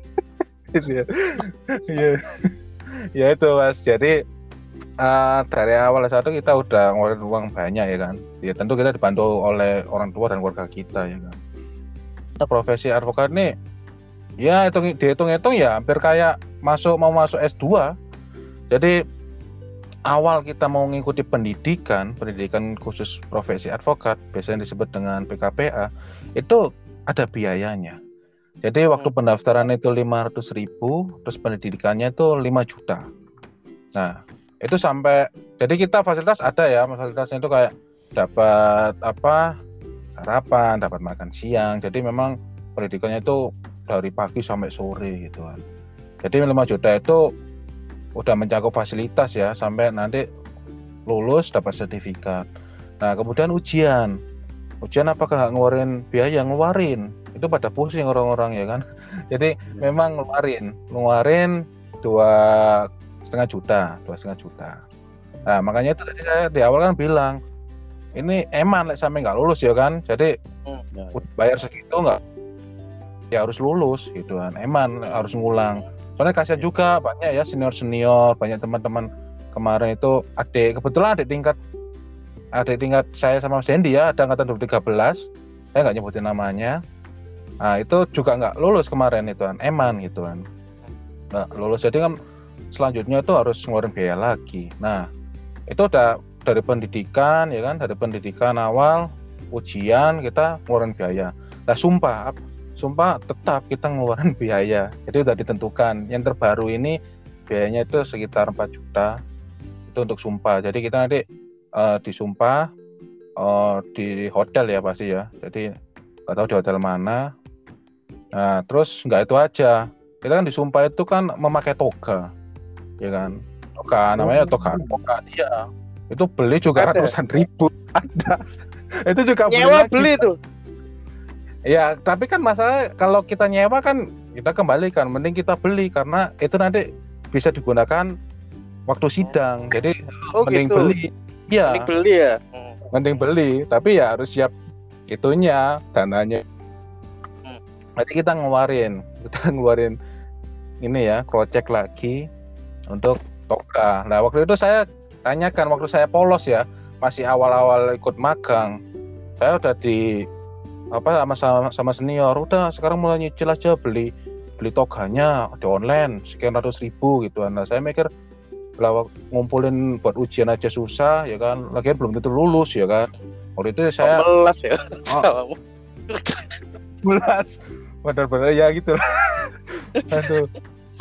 Iya. Ya itu Mas. Jadi dari awal S1 kita udah ngeluarin uang banyak ya kan. Ya tentu kita dibantu oleh orang tua dan keluarga kita ya kan. Profesi advokat ini Ya dihitung-hitung ya hampir kayak mau masuk S2. Jadi awal kita mau mengikuti pendidikan khusus profesi advokat, biasanya disebut dengan PKPA, itu ada biayanya. Jadi waktu pendaftaran itu 500.000, terus pendidikannya itu 5 juta. Nah, itu sampai, jadi kita fasilitas ada ya, fasilitasnya itu kayak dapat sarapan, dapat makan siang. Jadi memang pendidikannya itu dari pagi sampai sore gitu kan. Jadi 5 juta itu udah mencakup fasilitas ya, sampai nanti lulus dapat sertifikat. Nah kemudian ujian apakah nggak ngeluarin biaya? Ngeluarin, itu pada pusing orang-orang ya kan. Jadi memang ngeluarin 2,5 juta. Nah makanya itu tadi saya di awal kan bilang ini eman sampai nggak lulus ya kan. Jadi bayar segitu nggak, ya harus lulus gitu kan, eman harus ngulang. Soalnya kasihan juga banyak ya senior, banyak teman-teman kemarin itu kebetulan adik tingkat saya sama Sandy ya, ada angkatan 2013, saya nggak nyebutin namanya. Nah itu juga nggak lulus kemarin itu kan, eman gitu kan, nggak lulus. Jadi kan selanjutnya itu harus ngeluarin biaya lagi. Nah itu udah dari pendidikan ya kan, dari pendidikan awal, ujian kita ngeluarin biaya. Nah sumpah tetap kita ngeluarin biaya. Jadi udah ditentukan. Yang terbaru ini biayanya itu sekitar 4 juta. Itu untuk sumpah. Jadi kita nanti disumpah di hotel ya pasti ya. Jadi nggak tahu di hotel mana. Nah terus nggak itu aja. Kita kan disumpah itu kan memakai toga, ya kan? Toga namanya toga dia. Itu beli juga ratusan ribu. Ada. Itu juga nyewa beli tuh. Ya, tapi kan masalah kalau kita nyewa kan kita kembalikan, mending kita beli karena itu nanti bisa digunakan waktu sidang. Jadi mending gitu. Beli. Iya. Mending beli ya. Mending beli, tapi ya harus siap itunya, dananya. Nanti kita ngeluarin ini ya, crocek lagi untuk toga. Nah, waktu itu saya tanyakan waktu saya polos ya, masih awal-awal ikut magang. Saya udah sama senior, udah sekarang mulai nyicil aja beli toganya di online sekian ratus ribu gitu. Nah saya mikir lah ngumpulin buat ujian aja susah ya kan, lagian belum tentu lulus ya kan. Waktu itu saya melas ya. melas benar-benar ya gitu. Aduh.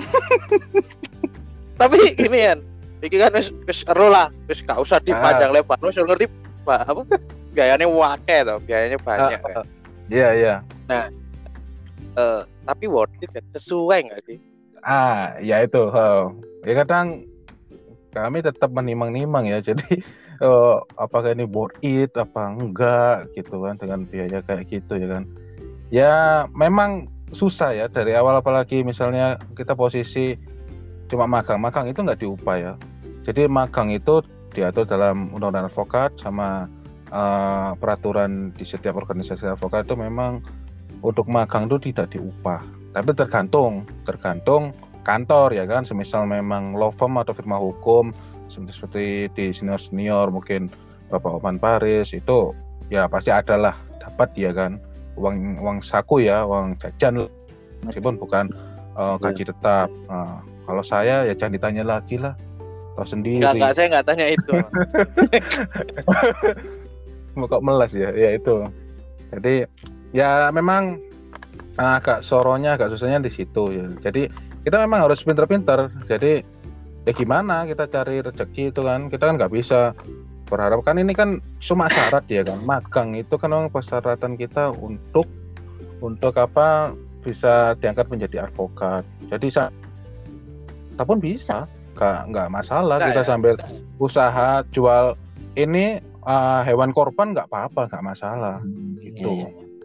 Tapi gini kan, iki kan wis ero lah, wis gak usah dipajang lebar, wis ngerti apa? Biayanya wake toh, biayanya banyak kan. Iya. Nah, tapi worth it kan? Sesuai nggak sih? Ya itu. Ya kadang kami tetap menimang-nimang ya. Jadi apakah ini worth it apa enggak gitu kan dengan biaya kayak gitu ya kan. Ya memang susah ya dari awal, apalagi misalnya kita posisi cuma magang itu nggak diupah ya. Jadi magang itu diatur dalam undang-undang advokat sama peraturan di setiap organisasi advokat itu memang untuk magang itu tidak diupah, tapi tergantung kantor ya kan. Semisal memang law firm atau firma hukum seperti di senior mungkin Bapak Oman Paris itu ya pasti adalah dapat ya kan uang saku ya, uang jajan meskipun bukan gaji tetap. Kalau saya ya jangan ditanya lagi lah, tahu sendiri. Enggak, saya nggak tanya itu. Kok melas ya itu. Jadi ya memang agak soronya, agak susahnya di situ ya. Jadi kita memang harus pintar-pintar. Jadi ya gimana kita cari rezeki itu kan, kita kan nggak bisa berharap kan ini kan cuma syarat ya kan. Magang itu kan memang persyaratan kita untuk apa bisa diangkat menjadi advokat. Jadi kita pun bisa, nggak masalah kita sambil usaha jual ini hewan korban nggak apa-apa, nggak masalah gitu.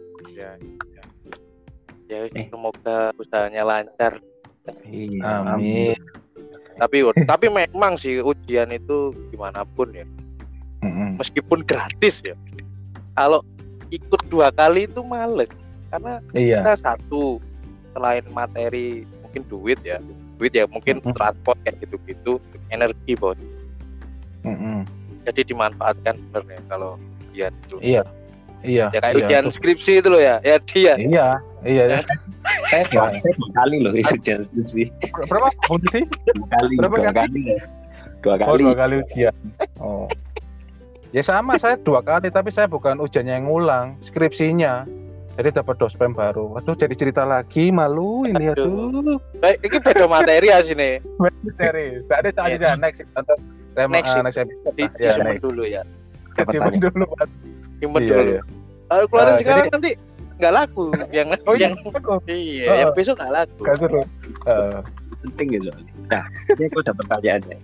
Ya semoga usahanya lancar. Amin. Tapi memang sih ujian itu gimana pun ya, meskipun gratis ya, kalau ikut 2 kali itu males karena kita satu selain materi mungkin duit ya mungkin transport kayak gitu-gitu, energi bos. Jadi dimanfaatkan bener ya kalau ujian itu. Iya. Ya kayak ujian skripsi itu loh ya dia. Iya. Saya dua kali loh ujian skripsi. Berapa sih? Berapa kali? Dua kali. Oh, 2 kali ujian. Oh. Ya sama, saya 2 kali, tapi saya bukan ujiannya yang ngulang, skripsinya. Jadi dapat dospem baru. Waduh, jadi cerita lagi, malu ini aduh. Ini beda materi asine. Seri. Enggak ada tanya next episode. Simpen dulu ya. Simpen dulu. Simpen dulu. Kalau keluarin sekarang nanti nggak laku. Yang besok nggak laku. Nggak seru. Penting ya soalnya. Nah, ini aku ada pertanyaannya.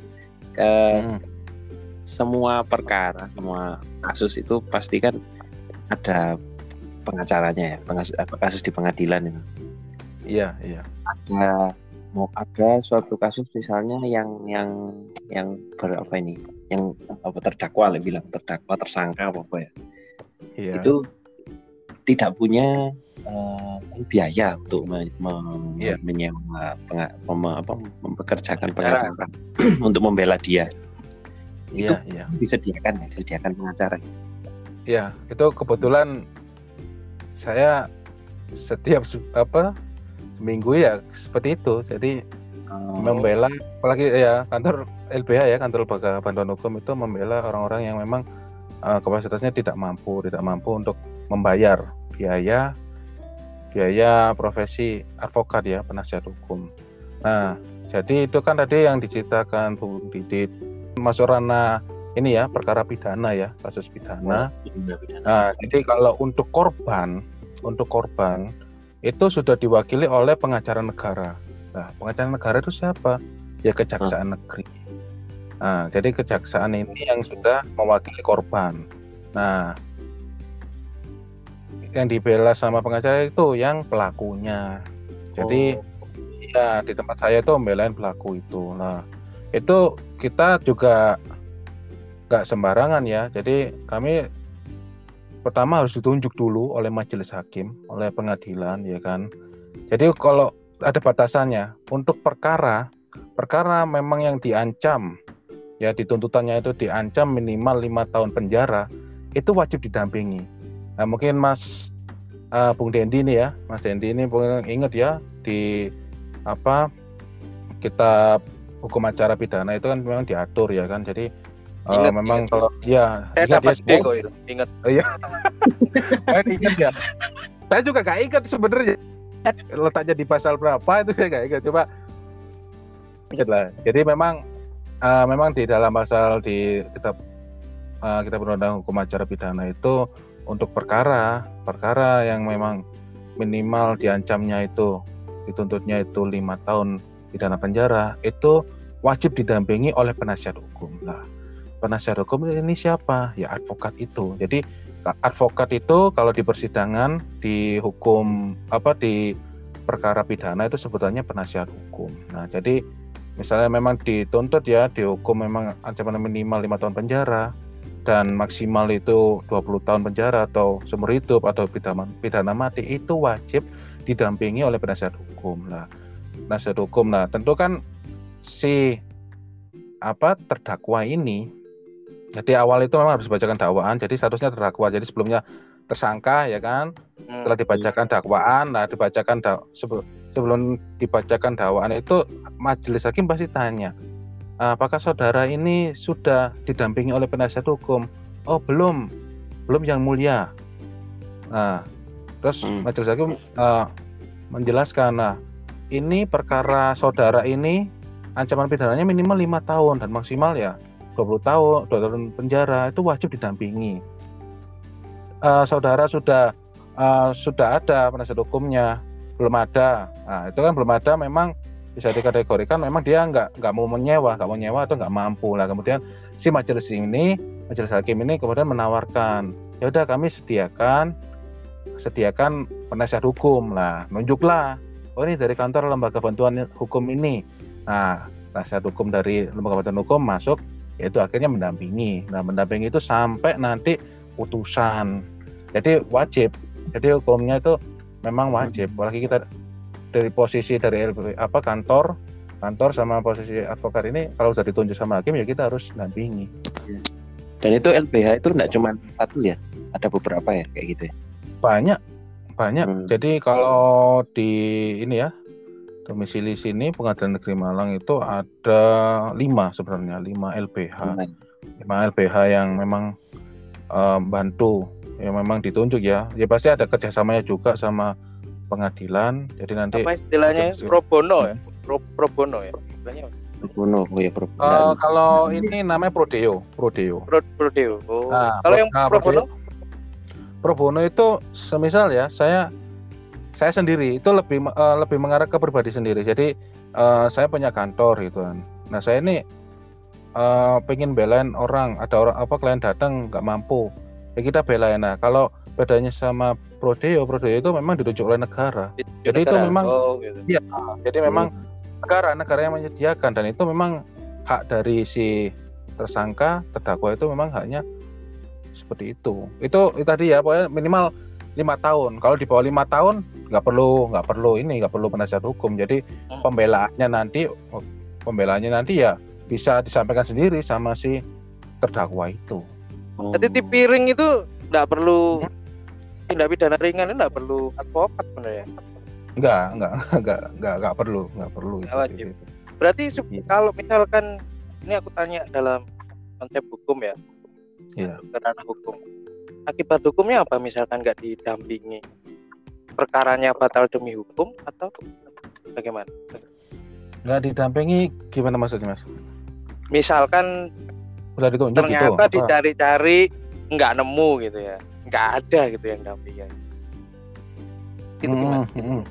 Semua perkara, semua kasus itu pasti kan ada pengacaranya ya, kasus di pengadilan itu. Iya. Ada suatu kasus misalnya yang berapa ini, yang terdakwa lah bilang terdakwa tersangka apa ya. Iya. Itu tidak punya biaya untuk menyewa mempekerjakan pengacara untuk membela dia. Itu disediakan pengacara. Iya, itu kebetulan saya setiap seminggu ya seperti itu. Jadi membela, apalagi ya kantor LBH ya, kantor Lembaga Bantuan Hukum itu membela orang-orang yang memang kapasitasnya tidak mampu untuk membayar biaya profesi advokat ya, penasihat hukum. Nah, jadi itu kan tadi yang diceritakan Bung Didit masuk ranah ini ya, perkara pidana ya, kasus pidana. Nah, jadi kalau untuk korban itu sudah diwakili oleh pengacara negara. Nah, pengacara negara itu siapa? Ya Kejaksaan Negeri. Nah, jadi kejaksaan ini yang sudah mewakili korban. Nah, yang dibela sama pengacara itu yang pelakunya. Jadi ya di tempat saya itu membelain pelaku itu. Nah, itu kita juga nggak sembarangan ya. Jadi kami pertama harus ditunjuk dulu oleh majelis hakim, oleh pengadilan ya kan. Jadi kalau ada batasannya untuk perkara memang yang diancam ya, di tuntutannya itu diancam minimal 5 tahun penjara, itu wajib didampingi. Nah, mungkin Bung Dendi ini ya, Mas Dendi ini ingat ya di kitab hukum acara pidana itu kan memang diatur ya kan. Jadi memang kalau ya ingat ya. Ingat ya. Saya juga gak ingat sebenarnya letaknya di pasal berapa itu saya gak ingat. Coba ingat lah. Jadi memang di dalam pasal di kitab undang-undang hukum acara pidana itu untuk perkara yang memang minimal diancamnya itu dituntutnya itu 5 tahun pidana penjara, itu wajib didampingi oleh penasihat hukum. Nah, penasihat hukum ini siapa? Ya advokat itu. Jadi advokat itu kalau di persidangan di hukum di perkara pidana itu sebutannya penasihat hukum. Nah, jadi misalnya memang dituntut ya dihukum memang ancaman minimal 5 tahun penjara dan maksimal itu 20 tahun penjara atau seumur hidup atau pidana mati, itu wajib didampingi oleh penasihat hukum. Nah, penasihat hukum, nah tentu kan si terdakwa ini, jadi awal itu memang harus dibacakan dakwaan, jadi statusnya terdakwa, jadi sebelumnya tersangka ya kan. Setelah dibacakan dakwaan, nah sebelum dibacakan dakwaan itu majelis hakim pasti tanya, apakah saudara ini sudah didampingi oleh penasihat hukum? Oh, belum yang mulia. Nah, terus majelis hakim menjelaskan, nah ini perkara saudara ini ancaman pidananya minimal 5 tahun dan maksimal ya 20 tahun penjara, itu wajib didampingi. Saudara sudah ada penasihat hukumnya? Belum ada. Nah, itu kan belum ada, memang bisa dikategorikan memang dia nggak mau menyewa atau nggak mampu lah. Kemudian si majelis hakim ini kemudian menawarkan, ya udah kami sediakan penasihat hukum lah, nunjuklah, oh ini dari kantor Lembaga Bantuan Hukum ini. Nah, penasihat hukum dari Lembaga Bantuan Hukum masuk, yaitu akhirnya mendampingi. Nah, mendampingi itu sampai nanti putusan. Jadi wajib. Jadi hukumnya itu memang wajib. Apalagi kita dari posisi dari kantor sama posisi advokat ini, kalau sudah ditunjuk sama hakim ya kita harus dampingi. Dan itu LBH itu enggak cuma satu ya, ada beberapa ya kayak gitu ya. Banyak banyak. Jadi kalau di ini ya, domisili sini Pengadilan Negeri Malang itu ada 5 sebenarnya, 5 LBH. 5 LBH yang memang bantu, yang memang ditunjuk ya. Ya pasti ada kerjasamanya juga sama pengadilan. Jadi nanti apa istilahnya pro bono ya? Pro bono ya. Istilahnya pro bono. Oh ya pro bono. Kalau ini namanya prodeo. Prodeo. Oh. Nah, kalau yang pro bono? Pro bono itu semisal ya, saya sendiri itu lebih mengarah ke pribadi sendiri. Jadi saya punya kantor gitu kan. Nah, saya ini pengen belain orang, ada orang klien datang nggak mampu, ya kita belain. Nah, kalau bedanya sama prodeo itu memang ditunjuk oleh negara. Jadi itu memang gitu. Ya, jadi memang negara yang menyediakan, dan itu memang hak dari si tersangka, terdakwa itu memang haknya seperti itu. Itu tadi ya, pokoknya minimal 5 tahun. Kalau di bawah 5 tahun nggak perlu penasihat hukum. Jadi pembelaannya nanti ya bisa disampaikan sendiri sama si terdakwa itu. Jadi piring itu nggak perlu tindak pidana ringan, nggak perlu advokat benar ya? Nggak perlu itu, wajib. Berarti kalau misalkan ini aku tanya dalam konsep hukum ya, ranah hukum, akibat hukumnya apa misalkan nggak didampingi? Perkaranya batal demi hukum atau bagaimana? Nggak didampingi gimana maksudnya, Mas? Misalkan udah ditunjuk ternyata gitu, dicari-cari nggak nemu gitu ya, nggak ada gitu yang dampingi. Itu gimana?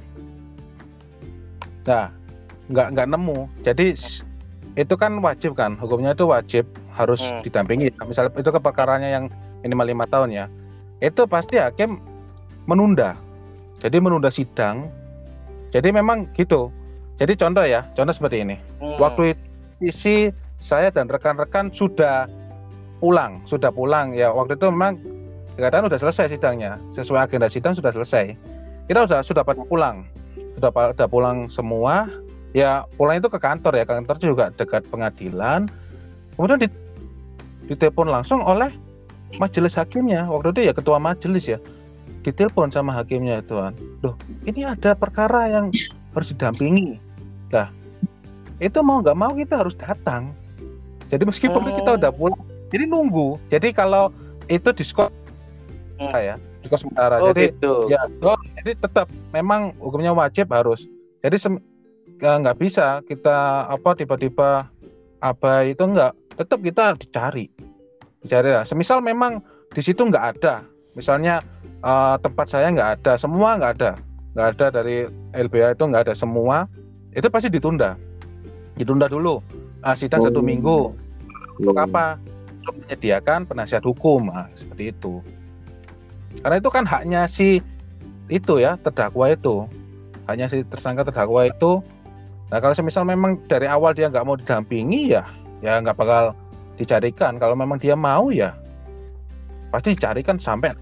Nah, nggak nemu. Jadi itu kan wajib kan, hukumnya itu wajib harus didampingi. Misalnya itu perkaranya yang minimal 5 tahun ya, itu pasti hakim menunda. Jadi menunda sidang. Jadi memang gitu. Jadi contoh seperti ini. Waktu itu saya dan rekan-rekan sudah pulang ya. Waktu itu memang dikatakan sudah selesai sidangnya, sesuai agenda sidang sudah selesai. Kita sudah pada pulang, sudah pulang semua. Ya pulang itu ke kantor ya, kantor juga dekat pengadilan. Kemudian ditelepon langsung oleh majelis hakimnya. Waktu itu ya ketua majelis ya, ditelepon sama hakimnya itu kan. Loh, ini ada perkara yang harus didampingi. Nah, itu mau nggak mau kita harus datang. Jadi meskipun kita udah pulang, jadi nunggu. Jadi kalau itu diskon diskon sementara. Jadi gitu. Jadi tetap memang hukumnya wajib harus. Jadi nggak bisa kita tiba-tiba itu nggak. Tetap kita dicari lah. Semisal memang di situ nggak ada, misalnya tempat saya nggak ada, semua nggak ada dari LBH itu nggak ada semua, itu pasti ditunda dulu. Sidang 1 minggu. Untuk apa? Untuk menyediakan penasihat hukum, seperti itu. Karena itu kan haknya si itu ya, terdakwa itu, haknya si tersangka terdakwa itu. Nah kalau semisal memang dari awal dia nggak mau didampingi ya nggak bakal dicarikan. Kalau memang dia mau ya pasti dicarikan sampai.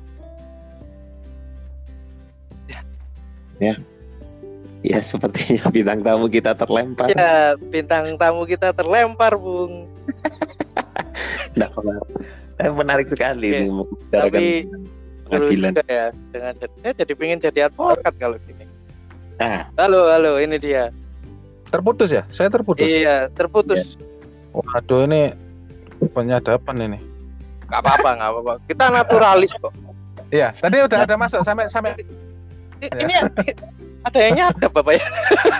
Ya sepertinya bintang tamu kita terlempar. Ya, bintang tamu kita terlempar, Bung. Menarik sekali ini membicarakan pengadilan ya. Jadi pengen jadi advokat kalau gini. Halo, ini dia. Terputus ya? Saya terputus. Iya, terputus. Waduh, ini penyadapan ini. Gak apa-apa. Kita naturalis kok. Iya, tadi udah ada masuk sampai. Ini ada yang nyadap Bapak ya?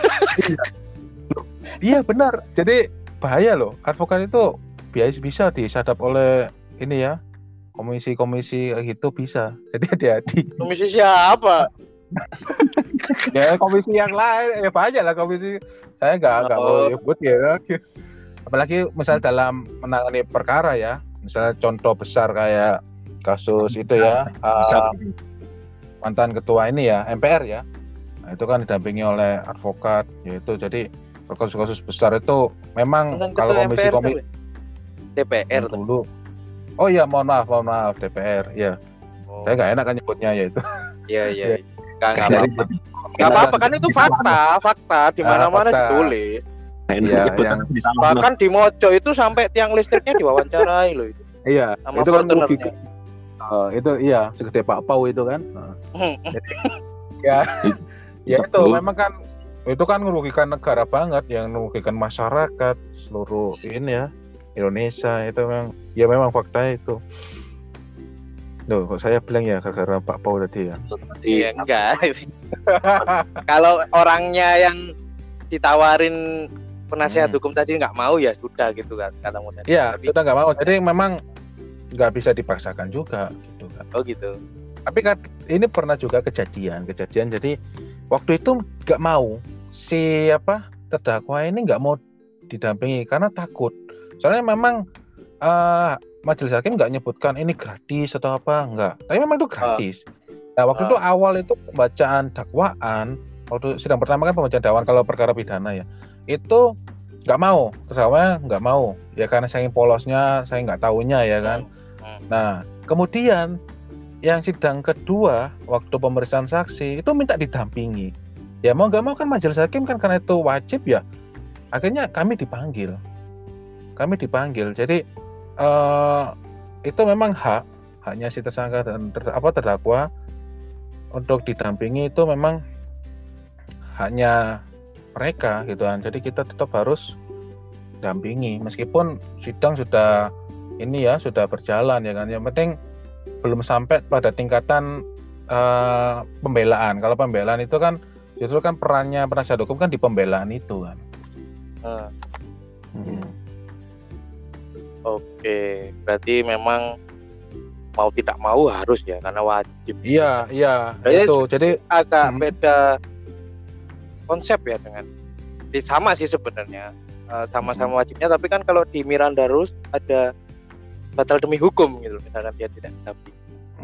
Iya benar. Jadi bahaya loh. Advokat itu bisa disadap oleh ini ya, komisi gitu bisa. Jadi hati-hati. Komisi siapa? Ya komisi yang lain. Ya banyak lah komisi. Saya nggak mau nyebut ya. Apalagi misal dalam menangani perkara ya. Misalnya contoh besar kayak kasus itu ya. Mantan ketua ini ya, MPR ya. Nah, itu kan didampingi oleh advokat, yaitu jadi kasus-kasus besar itu memang mantan kalau komisi DPR dulu. Oh iya, mohon maaf DPR ya. Saya nggak enak kan nyebutnya ya itu. Iya. Nggak apa-apa kan itu fakta di mana-mana ditulis. Iya, bahkan di Mojo itu sampai tiang listriknya diwawancarai loh itu. Iya, sama itu kan merugikan. Itu iya segede Pak Pau itu kan. Jadi, ya ya itu memang kan itu kan merugikan negara banget, yang merugikan masyarakat seluruh ini ya Indonesia. Itu memang fakta itu. Loh, kok saya bilang ya gara-gara Pak Pau tadi ya. Iya enggak. Kalau orangnya yang ditawarin penasihat hukum tadi nggak mau ya sudah gitu kan katamu tadi. Iya, sudah nggak mau. Jadi memang nggak bisa dipaksakan juga gitu kan. Oh gitu. Tapi kan ini pernah juga kejadian. Jadi waktu itu nggak mau terdakwa ini nggak mau didampingi karena takut. Soalnya memang majelis hakim nggak nyebutkan ini gratis atau apa, enggak. Tapi memang itu gratis. Nah waktu itu awal itu pembacaan dakwaan, waktu sidang pertama kan pembacaan dakwaan kalau perkara pidana ya, itu nggak mau, terdakwa nggak mau, ya karena saking polosnya, saya nggak tahunya ya kan. Nah kemudian yang sidang kedua waktu pemeriksaan saksi itu minta didampingi. Ya mau nggak mau kan majelis hakim kan karena itu wajib ya. Akhirnya kami dipanggil. Jadi itu memang haknya si tersangka dan terdakwa untuk didampingi, itu memang haknya mereka gitu kan. Jadi kita tetap harus dampingi meskipun sidang sudah berjalan ya kan. Yang penting belum sampai pada tingkatan pembelaan. Kalau pembelaan itu kan justru kan perannya penasihat hukum kan di pembelaan itu kan. Oke, berarti memang mau tidak mau harus ya karena wajib. Iya, itu. Jadi agak beda konsep ya dengan sama sih sebenarnya. Sama-sama wajibnya, tapi kan kalau di Miranda Rules ada batal demi hukum gitu, misalkan dia tidak didampingi.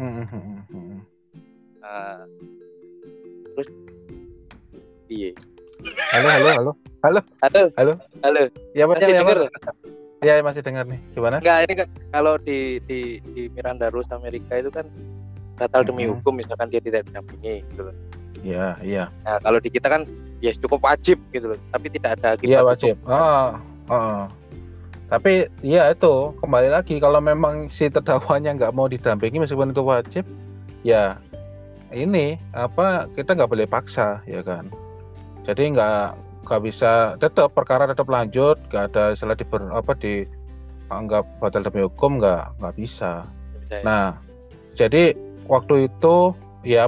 Terus iya. Halo. Ya masih dengar? Ya masih dengar nih. Gimana? Enggak, ini kalau di Miranda Rules Amerika itu kan batal demi hukum, misalkan dia tidak didampingi gitu loh. Iya. Nah, kalau di kita kan ya cukup wajib gitu loh, tapi tidak ada akibat. Iya wajib. Tapi ya itu kembali lagi, kalau memang si terdakwanya nggak mau didampingi meskipun itu wajib, ya ini kita nggak boleh paksa ya kan. Jadi nggak bisa, perkara tetap lanjut, nggak ada istilah dianggap batal demi hukum, nggak bisa. Nah jadi waktu itu ya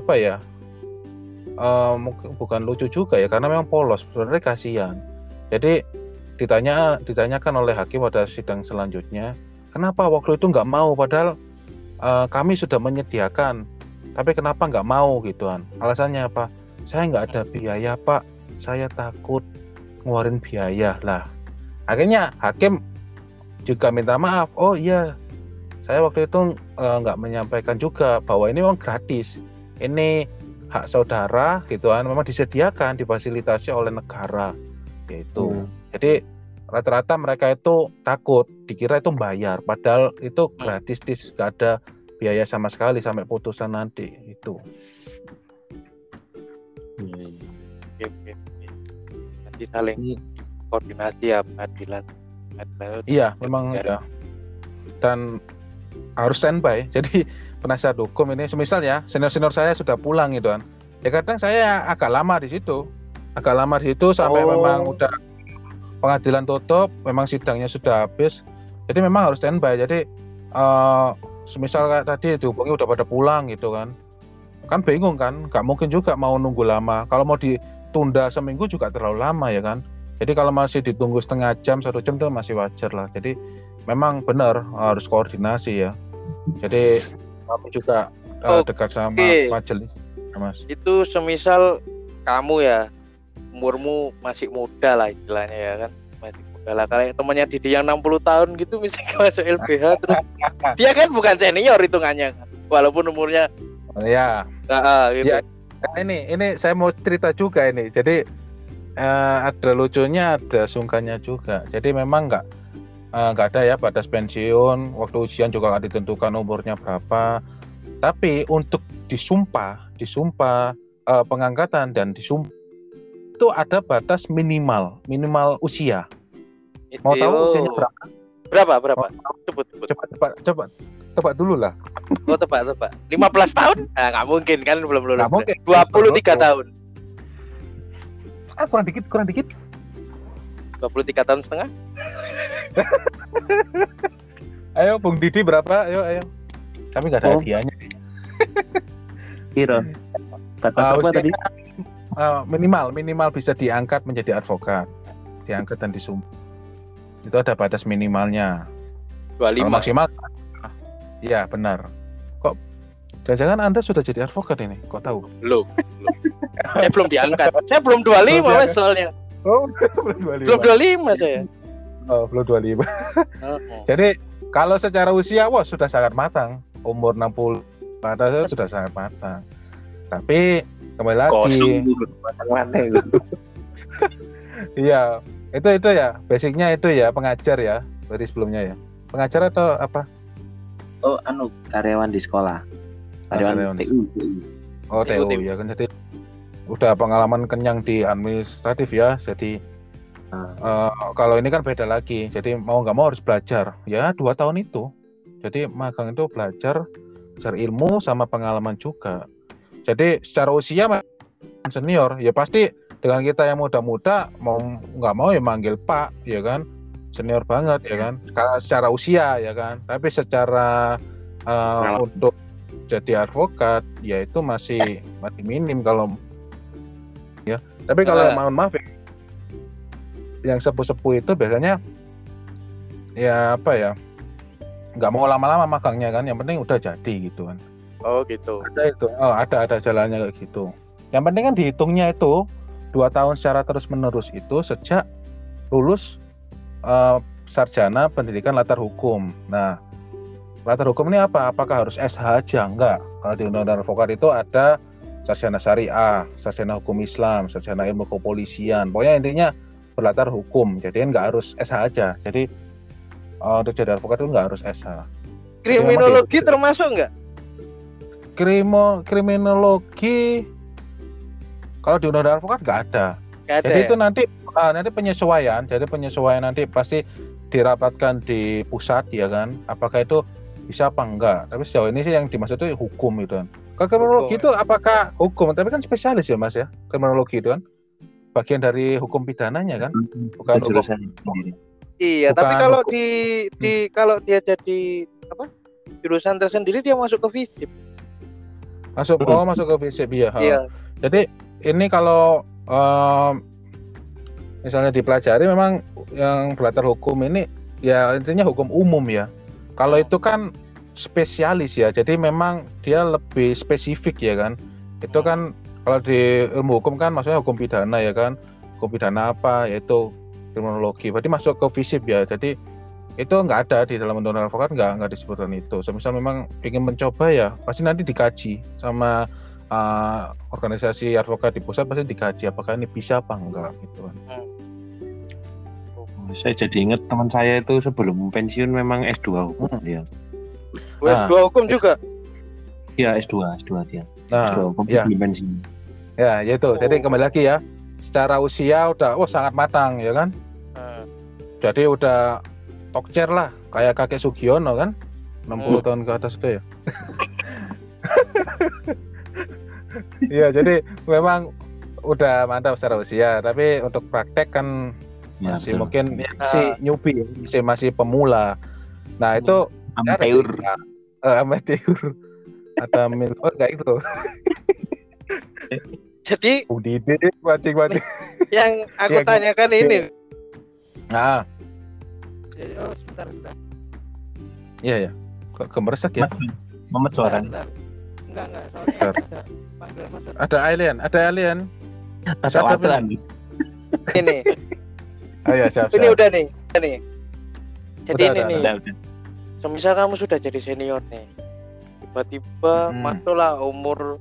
bukan lucu juga ya, karena memang polos sebenarnya, kasihan. Jadi ditanyakan oleh hakim pada sidang selanjutnya, kenapa waktu itu nggak mau, padahal kami sudah menyediakan, tapi kenapa nggak mau gituan? Alasannya apa? Saya nggak ada biaya Pak, saya takut ngeluarin biaya lah. Akhirnya hakim juga minta maaf. Oh iya, saya waktu itu nggak menyampaikan juga bahwa ini memang gratis, ini hak saudara gituan, memang disediakan, difasilitasi oleh negara gitu. Jadi rata-rata mereka itu takut, dikira itu bayar, padahal itu gratis, nggak ada biaya sama sekali sampai putusan nanti itu. Oke. Nanti saling koordinasi ya pengadilan. Iya, memang ya. Dan harus standby. Jadi penasihat hukum ini, semisal ya senior saya sudah pulang gitu kan. Ya kadang saya agak lama di situ sampai memang udah pengadilan tutup, memang sidangnya sudah habis. Jadi memang harus standby. Jadi semisal kayak tadi dihubungi udah pada pulang gitu kan bingung kan, nggak mungkin juga mau nunggu lama. Kalau mau ditunda seminggu juga terlalu lama ya kan. Jadi kalau masih ditunggu setengah jam, 1 jam itu masih wajar lah. Jadi memang benar harus koordinasi ya. Jadi kami juga dekat sama majelis, Mas. Itu semisal kamu ya, umurmu masih muda lah istilahnya ya kan, masih muda lah. Kayak temannya Didi yang 60 tahun gitu misalnya masuk LBH terus dia kan bukan senior hitungannya kan, walaupun umurnya gitu. Ya, ini saya mau cerita juga ini. Jadi ada lucunya, ada sungkannya juga. Jadi memang nggak ada ya batas pensiun, waktu ujian juga nggak ditentukan umurnya berapa. Tapi untuk disumpah pengangkatan dan disumpah itu ada batas minimal usia. Mau tahu usianya berapa? Berapa? Oh, Sebut. Coba dulu lah. Oh, tebak. 15 tahun? Nah, nggak mungkin kan, belum lulus. Nggak mungkin. 23 tahun. Kurang dikit. 23 tahun setengah? Ayo Bung Didi berapa? Ayo. Tapi nggak ada hadiahnya. Kira. Batas apa tadi? Minimal bisa diangkat menjadi advokat. Diangkat dan disumpah. Itu ada batas minimalnya. 25. Kalau maksimal. Iya, benar. Kok jangan-jangan Anda sudah jadi advokat ini? Kok tahu? Belum. Saya belum diangkat. Saya belum 25 Mas soalnya. Oh, belum 25. Belum 25 saya. Oh, belum 25. Jadi kalau secara usia sudah sangat matang. Umur 60 pada sudah sangat matang. Tapi kembali lagi. Kosong dulu matang-matang itu. Iya, itu ya. Basicnya itu ya, pengajar ya. Dari sebelumnya ya. Pengajar atau apa? Oh, karyawan di sekolah. Karyawan TU. Oh, TU ya kan, jadi udah pengalaman kenyang di administratif ya. Jadi kalau ini kan beda lagi. Jadi mau nggak mau harus belajar. Ya 2 tahun itu. Jadi magang itu belajar ilmu sama pengalaman juga. Jadi secara usia senior ya pasti dengan kita yang muda-muda mau nggak mau ya manggil Pak ya kan, senior banget ya kan. Kalau secara usia ya kan. Tapi secara untuk jadi advokat ya itu masih minim kalau ya. Tapi kalau mohon maaf yang sepuh-sepuh itu biasanya ya apa ya, nggak mau lama-lama magangnya kan, yang penting udah jadi gitu kan. Oh gitu. Ada jalannya kayak gitu. Yang penting kan dihitungnya itu 2 tahun secara terus-menerus itu sejak lulus sarjana pendidikan latar hukum. Nah, latar hukum ini apa? Apakah harus SH aja? Enggak. Kalau di Undang-Undang Advokat itu ada sarjana syariah, sarjana hukum Islam, sarjana ilmu kepolisian. Pokoknya intinya berlatar hukum. Jadi enggak harus SH aja. Jadi untuk jadi advokat itu enggak harus SH. Kriminologi termasuk enggak? Kriminologi kalau di Undang-Undang Advokat enggak ada. Jadi itu nanti penyesuaian. Jadi penyesuaian nanti pasti dirapatkan di pusat ya kan. Apakah itu bisa apa enggak? Tapi sejauh ini sih yang dimaksud itu hukum itu kan. Kalau kriminologi itu apakah hukum? Tapi kan spesialis ya Mas ya. Kriminologi itu kan bagian dari hukum pidananya kan. Bukan jurusan sendiri. Iya, bukan, tapi kalau kalau dia jadi apa? Jurusan tersendiri dia masuk ke FISIP. Masuk ke FISIP ya. Iya. Jadi ini kalau misalnya dipelajari memang yang berlatar hukum ini ya intinya hukum umum ya. Kalau itu kan spesialis ya. Jadi memang dia lebih spesifik ya kan. Itu kan kalau di ilmu hukum kan maksudnya hukum pidana ya kan. Hukum pidana apa yaitu kriminologi. Berarti masuk ke FISIP ya. Jadi itu nggak ada di dalam Undang-Undang Advokat, nggak disebutkan itu. Semisal memang ingin mencoba ya pasti nanti dikaji sama organisasi advokat di pusat, pasti dikaji apakah ini bisa apa enggak gitu kan. Saya jadi ingat teman saya itu sebelum pensiun memang S2 hukum dia. S2 hukum juga? Iya S2 dia. S2 hukum sebelum pensiun. Ya itu. Jadi kembali lagi ya, secara usia udah sangat matang ya kan. Jadi udah talk chair lah, kayak kakek Sugiono kan, 60 tahun ke atas itu ya. Iya, jadi memang udah mantap secara usia, tapi untuk praktek kan masih betul. Mungkin masih newbie, masih pemula. Nah itu amateur. Ada kayak itu. Jadi wajib. Yang aku tanyakan ini. Nah. Sebentar. Iya ya. Kok gemeresek ya? Memecoran. Enggak. Ada alien. Ini. Oh ya, siap. Ini udah nih. Jadi udah, ini nih. Semisal kamu sudah jadi senior nih. Tiba-tiba masuklah umur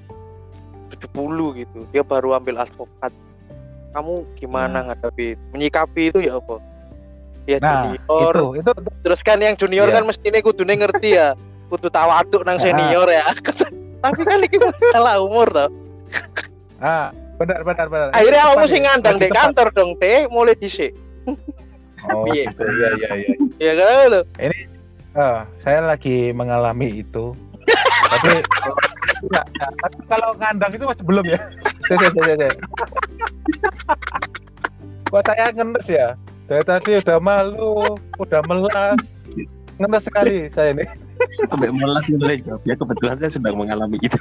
70 gitu. Dia baru ambil advokat. Kamu gimana menyikapi itu ya apa? Dia junior. Itu. Terus kan yang junior kan mestinya kudune ngerti ya. Kudu tawaduk nang senior ya. Tapi kan iki masalah umur toh. Benar. Akhirnya kamu sing ngandang di kantor dong, Teh, mulai dhisik. Oh, Iya. gitu. Iya, iya, iya. Iya kan lo. Ini saya lagi mengalami itu. Tapi tapi kalau ngandang itu masih belum ya. Saya. Kok saya ngenes ya? Dari tadi udah malu, udah melas. Ngenes sekali saya ini. Sampai melas mulai jawab. Ya kebetulan saya sedang mengalami itu.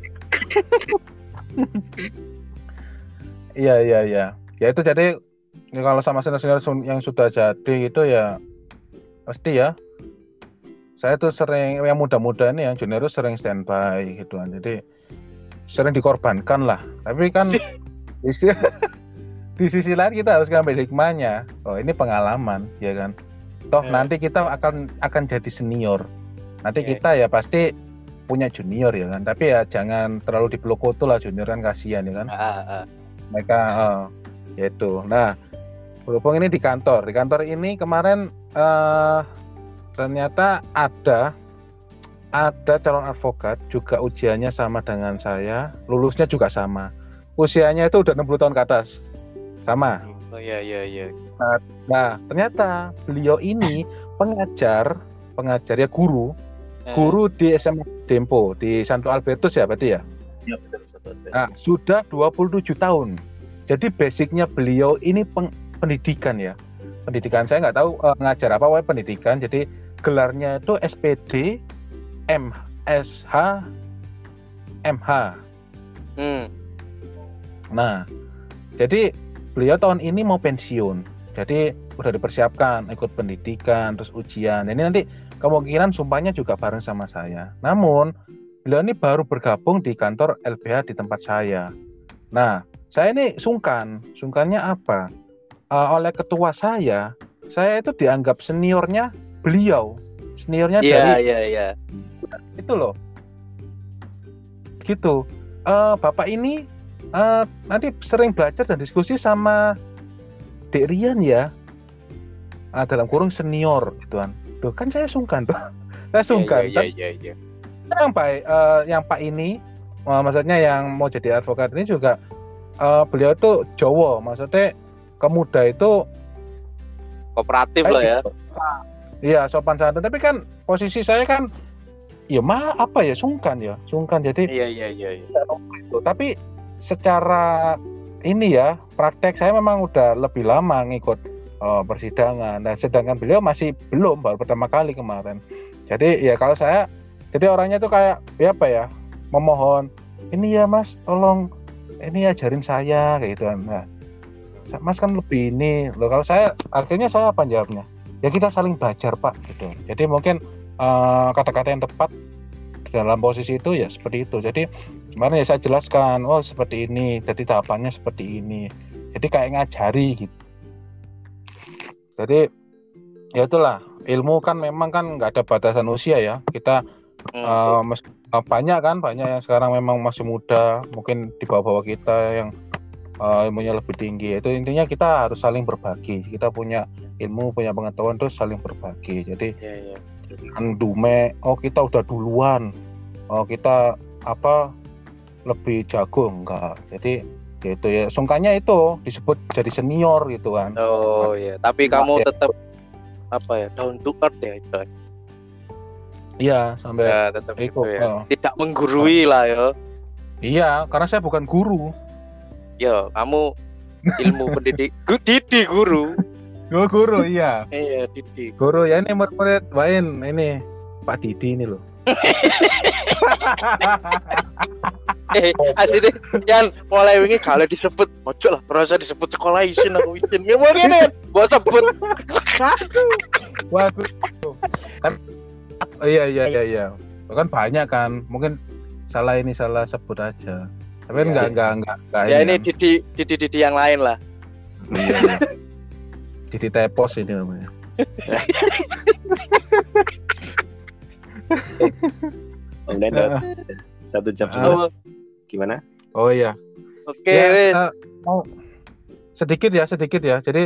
Iya. Ya itu jadi ya kalau sama senior yang sudah jadi itu ya pasti ya. Saya tuh sering yang muda-muda ini yang junior tuh sering standby gitu kan. Jadi sering dikorbankan lah. Tapi kan di sisi lain kita harus ngambil hikmahnya. Oh, ini pengalaman, ya kan. Toh nanti kita akan jadi senior. Nanti kita ya pasti punya junior ya kan. Tapi ya jangan terlalu dipeluk-kutu lah, junior kan kasihan ya kan. Mereka yaitu. Nah, berhubung ini di kantor. Di kantor ini kemarin ternyata ada calon advokat juga ujiannya sama dengan saya, lulusnya juga sama. Usianya itu udah 60 tahun ke atas. Sama. Oh iya. Nah, ternyata beliau ini pengajar ya guru di SMA Dempo di Santo Albertus ya berarti ya? Iya betul. Nah, sudah 27 tahun. Jadi basicnya beliau ini pendidikan ya. Pendidikan saya nggak tahu ngajar apa, pendidikan. Jadi gelarnya itu SPD, MSH, MH. Nah, jadi beliau tahun ini mau pensiun. Jadi udah dipersiapkan ikut pendidikan, terus ujian. Ini nanti kemungkinan sumpahnya juga bareng sama saya. Namun beliau ini baru bergabung di kantor LBH di tempat saya. Nah, saya ini sungkannya apa? Oleh ketua saya itu dianggap seniornya beliau, seniornya dari Iya. itu loh. Gitu. Bapak ini nanti sering belajar dan diskusi sama Dek Rian ya. Dalam kurung senior gitu kan. Tuh kan saya sungkan tuh. Saya sungkan. Iya. Yang baik, yang Pak ini, maksudnya yang mau jadi advokat ini juga beliau itu Jawa, maksudnya kemuda itu kooperatif lah ya. Iya, sopan santun. Tapi kan posisi saya kan ya sungkan. Jadi Iya. Tapi secara ini ya, praktek saya memang udah lebih lama ngikut persidangan. Nah, sedangkan beliau masih belum, baru pertama kali kemarin. Jadi ya kalau saya jadi orangnya tuh kayak memohon, ini ya Mas, tolong ini ajarin saya kayak gitu kan. Nah, Mas kan lebih ini loh. Kalau saya akhirnya saya apa jawabnya? Ya kita saling belajar Pak gitu. Jadi mungkin kata-kata yang tepat dalam posisi itu ya seperti itu. Jadi kemarin ya saya jelaskan, oh seperti ini, jadi tahapannya seperti ini. Jadi kayak ngajari gitu. Jadi ya itulah, ilmu kan memang kan nggak ada batasan usia ya. Kita banyak yang sekarang memang masih muda, mungkin di bawah-bawah kita yang ilmunya lebih tinggi. Itu intinya kita harus saling berbagi. Kita punya ilmu, punya pengetahuan, terus saling berbagi. Jadi jangan dume, oh kita udah duluan, oh kita lebih jago, enggak. Jadi gitu ya, sungkanya itu disebut jadi senior gitu kan. Oh iya, tapi kamu tetap down to earth ya itu. Iya, sampai ya, tetap ikut, gitu ya. Tidak menggurui lah ya. Iya, karena saya bukan guru. Ya, kamu ilmu pendidik Didi guru. Guru iya. Iya, Didi. Guru ya, ini murid Wain, ini Pak Didi ini loh. Asli deh, Yan, mulai wingi kalau disebut ojo lah, merasa disebut sekolah isin aku isin. Ngomong ini, gua sebut. Wah, iya. Bahkan banyak kan, mungkin salah sebut aja. Tapi enggak. Ya ini Didi yang lain lah. Iya. Didi Tepos ini namanya. Om Dendot, 1 jam sudah. Gimana? Oh iya. Oke, wes. Sedikit ya. Jadi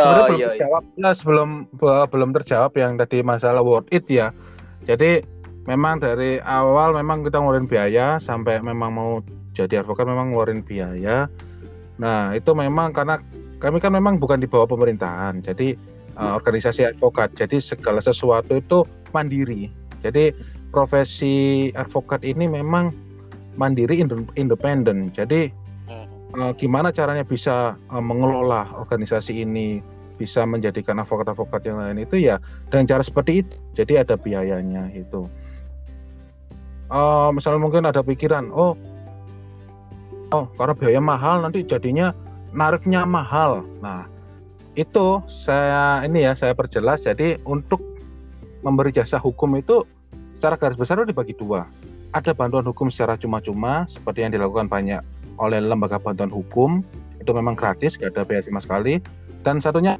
belum terjawab yang tadi masalah worth it ya. Jadi memang dari awal memang kita ngeluarin biaya sampai memang mau jadi advokat memang ngeluarin biaya. Nah, itu memang karena kami kan memang bukan di bawah pemerintahan. Jadi organisasi advokat. Jadi segala sesuatu itu mandiri. Jadi profesi advokat ini memang mandiri, independen. Jadi gimana caranya bisa mengelola organisasi ini, bisa menjadikan advokat-advokat yang lain itu ya dengan cara seperti itu. Jadi ada biayanya itu. Misalnya mungkin ada pikiran, oh karena biaya mahal nanti jadinya nariknya mahal. Nah itu saya perjelas. Jadi untuk memberi jasa hukum itu secara garis besar itu dibagi dua. Ada bantuan hukum secara cuma-cuma seperti yang dilakukan banyak oleh lembaga bantuan hukum, itu memang gratis, gak ada biaya sama sekali. Dan satunya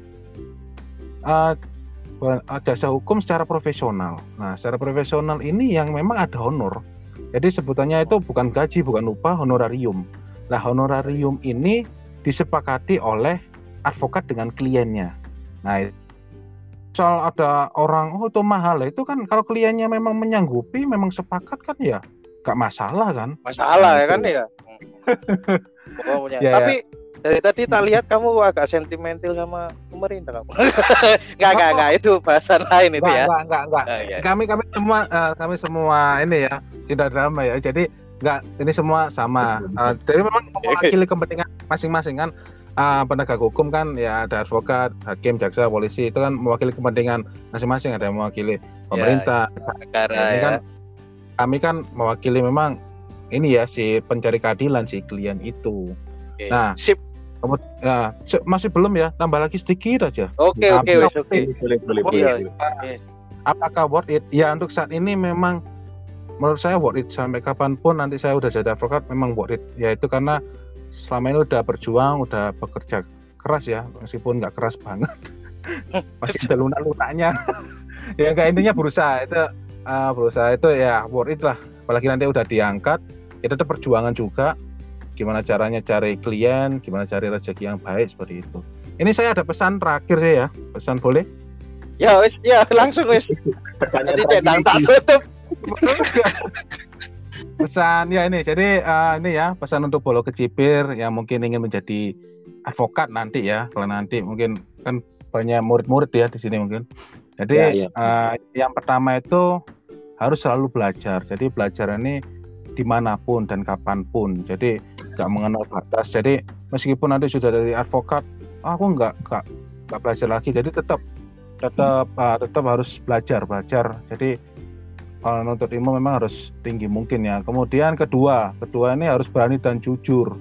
jasa hukum secara profesional. Nah secara profesional ini yang memang ada honor. Jadi sebutannya itu bukan gaji, bukan upah, honorarium. Nah honorarium ini disepakati oleh advokat dengan kliennya. Nah soal ada orang itu mahal, itu kan kalau kliennya memang menyanggupi, memang sepakat kan ya gak masalah kan. Masalah ya kan ya. Tapi dari tadi tak lihat kamu agak sentimental sama pemerintah kamu. Enggak, itu bahasan lain itu ya. Enggak. Ya. Kami semua ini ya, tidak drama ya. Jadi ini semua sama. Jadi memang mewakili kepentingan masing-masing kan. Penegak hukum kan ya ada advokat, hakim, jaksa, polisi, itu kan mewakili kepentingan masing-masing, ada yang mewakili pemerintah, negara ya. Kan, kami kan mewakili memang ini ya si pencari keadilan, si klien itu. Okay. Nah, sip. Masih belum ya, tambah lagi sedikit aja. Oke. Boleh. Apakah worth it? Ya untuk saat ini memang menurut saya worth it. Sampai kapanpun nanti saya udah jadi advokat memang worth it. Yaitu karena selama ini udah berjuang, udah bekerja keras ya, meskipun nggak keras banget, masih ada lunak-lunaknya. Ya kayak intinya berusaha itu ya worth it lah. Apalagi nanti udah diangkat, itu tetap perjuangan juga. Gimana caranya cari klien, gimana cari rezeki yang baik seperti itu. Ini saya ada pesan terakhir saya ya, pesan boleh? Ya wis, ya langsung wis. Nanti cedang tak tutup. Pesan ya ini, jadi ini ya pesan untuk Bolo Kecipir yang mungkin ingin menjadi advokat nanti ya, kalau nanti mungkin kan banyak murid-murid ya di sini mungkin. Jadi yang pertama itu harus selalu belajar. Jadi belajar ini dimanapun dan kapanpun. Jadi nggak mengenal batas. Jadi meskipun nanti sudah dari advokat, aku nggak belajar lagi. Jadi tetap harus belajar. Jadi kalau nuntut ilmu memang harus tinggi mungkin ya. Kemudian kedua ini harus berani dan jujur.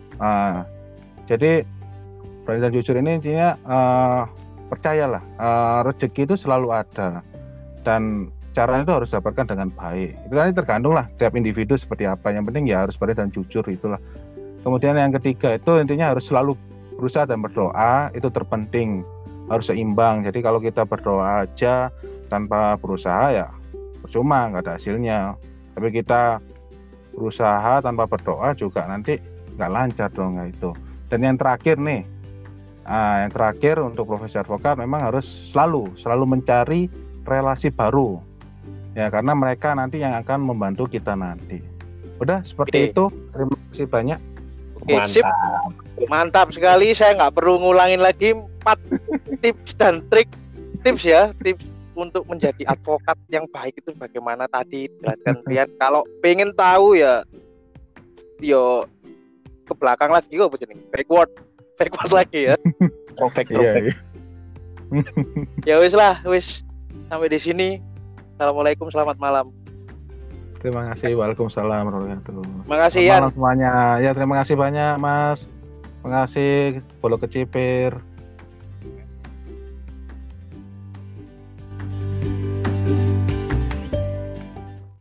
Jadi berani dan jujur ini intinya percayalah, rezeki itu selalu ada dan caranya itu harus dapatkan dengan baik. Itu nanti tergantung lah tiap individu seperti apa. Yang penting ya harus berani dan jujur itulah. Kemudian yang ketiga itu intinya harus selalu berusaha dan berdoa, itu terpenting, harus seimbang. Jadi kalau kita berdoa aja tanpa berusaha ya percuma, nggak ada hasilnya. Tapi kita berusaha tanpa berdoa juga nanti nggak lancar dong itu. Dan yang terakhir nih, yang terakhir untuk profesi advokat memang harus selalu mencari relasi baru ya, karena mereka nanti yang akan membantu kita nanti. Udah seperti itu. Terima kasih banyak. Oke, sip. Mantap sekali. Saya nggak perlu ngulangin lagi 4 tips dan tips untuk menjadi advokat yang baik itu bagaimana tadi dijelaskan Rian. Kalau pengen tahu ya yo ke belakang lagi kok begini. Backward lagi ya. Perfect. Ya wis sampai di sini. Assalamualaikum, selamat malam. Terima kasih. Waalaikumsalam warahmatullahi wabarakatuh. Terima kasih ya semuanya. Ya terima kasih banyak Mas. Terima kasih Bolo Kecipir.